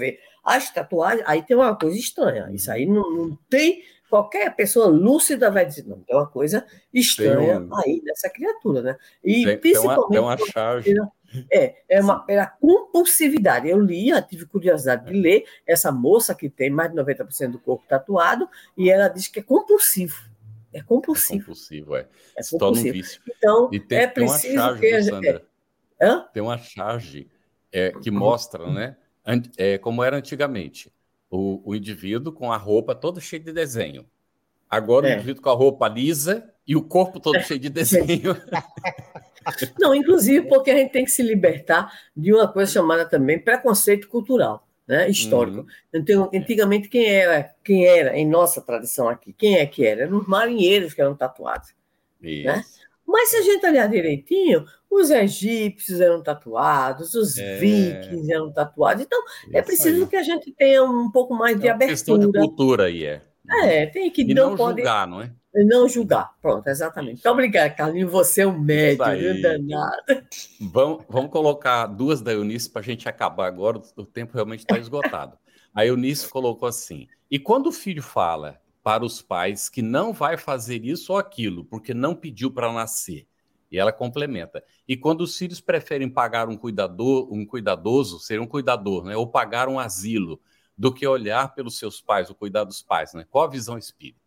As tatuagens, aí tem uma coisa estranha. Isso aí não, não tem... Qualquer pessoa lúcida vai dizer, não, tem uma coisa estranha um... aí nessa criatura, né? E tem, principalmente... Tem uma, tem uma charge. É, é uma pela compulsividade. Eu li, eu tive curiosidade de ler essa moça que tem mais de noventa por cento do corpo tatuado e ela diz que é compulsivo. É compulsivo. É compulsivo, é. É Se torna um vício. Então, e tem, é tem uma preciso charge, que... Sandra, é... Hã? Tem uma charge é, que mostra, né, é, como era antigamente. O, o indivíduo com a roupa toda cheia de desenho. Agora é. o indivíduo com a roupa lisa e o corpo todo é. cheio de desenho. Não, inclusive porque a gente tem que se libertar de uma coisa chamada também preconceito cultural, né, histórico. Uhum. Então, antigamente, quem era, quem era, em nossa tradição aqui, quem é que era? Eram os marinheiros que eram tatuados. Isso. Né? Mas se a gente olhar direitinho, os egípcios eram tatuados, os é... vikings eram tatuados. Então, Isso é preciso aí. que a gente tenha um pouco mais é de abertura. Questão de cultura aí, é. É, tem que e não, não pode... julgar, não é? Não julgar, pronto, exatamente. Muito obrigada, Carlinhos, você é um médium, viu, danado. Vamos, vamos colocar duas da Eunice para a gente acabar agora, o tempo realmente está esgotado. A Eunice colocou assim, e quando o filho fala para os pais que não vai fazer isso ou aquilo, porque não pediu para nascer, e ela complementa, e quando os filhos preferem pagar um cuidador, um cuidadoso, ser um cuidador, né, ou pagar um asilo, do que olhar pelos seus pais, ou cuidar dos pais, né? Qual a visão espírita?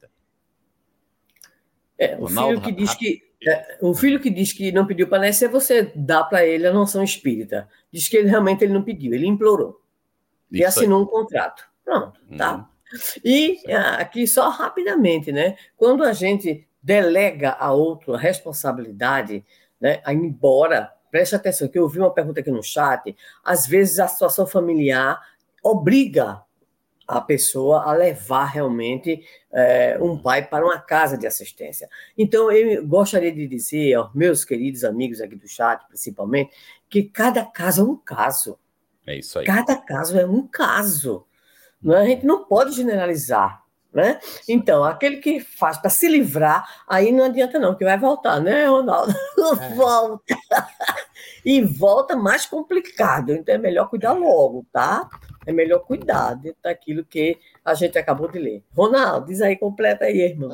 É, o filho que diz que é, o filho que diz que não pediu para nascer, você dá para ele a noção espírita. Diz que ele realmente ele não pediu, ele implorou. Isso e assinou aí. um contrato. Pronto, hum. tá. E aqui só rapidamente, né? Quando a gente delega a outro a responsabilidade, né? A ir embora, preste atenção, que eu vi uma pergunta aqui no chat, às vezes a situação familiar obriga a pessoa a levar realmente é, um pai para uma casa de assistência. Então, eu gostaria de dizer aos meus queridos amigos aqui do chat, principalmente, que cada caso é um caso. É isso aí. Cada caso é um caso. Não é? A gente não pode generalizar. Né? Então, aquele que faz para se livrar, aí não adianta não, que vai voltar, né, Ronaldo? É. Volta. E volta mais complicado. Então, é melhor cuidar logo, tá? É melhor cuidar dentro daquilo que a gente acabou de ler. Ronaldo, diz aí, completa aí, irmão.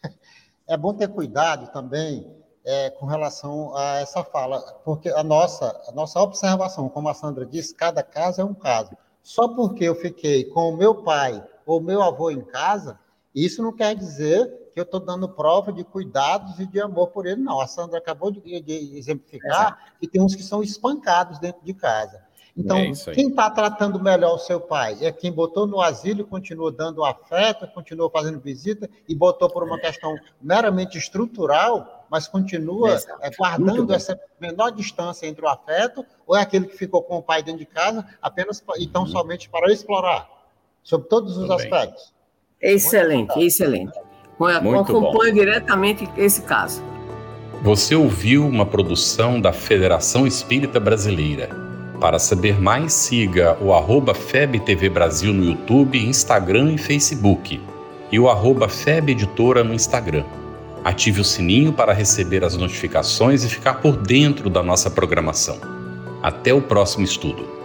É bom ter cuidado também é, com relação a essa fala, porque a nossa, a nossa observação, como a Sandra disse, cada caso é um caso. Só porque eu fiquei com o meu pai ou meu avô em casa, isso não quer dizer que eu estou dando prova de cuidados e de amor por ele, não. A Sandra acabou de, de exemplificar Exato. que tem uns que são espancados dentro de casa. Então, é quem está tratando melhor o seu pai é quem botou no asilo, continua dando afeto, continua fazendo visita e botou por uma questão meramente estrutural, mas continua é, guardando essa menor distância entre o afeto, ou é aquele que ficou com o pai dentro de casa apenas e tão somente para explorar, sobre todos os Também. aspectos. Excelente, excelente. Eu acompanho diretamente esse caso. Você ouviu uma produção da Federação Espírita Brasileira. Para saber mais, siga o arroba F E B T V Brasil no YouTube, Instagram e Facebook, e o arroba F E B Editora no Instagram. Ative o sininho para receber as notificações e ficar por dentro da nossa programação. Até o próximo estudo.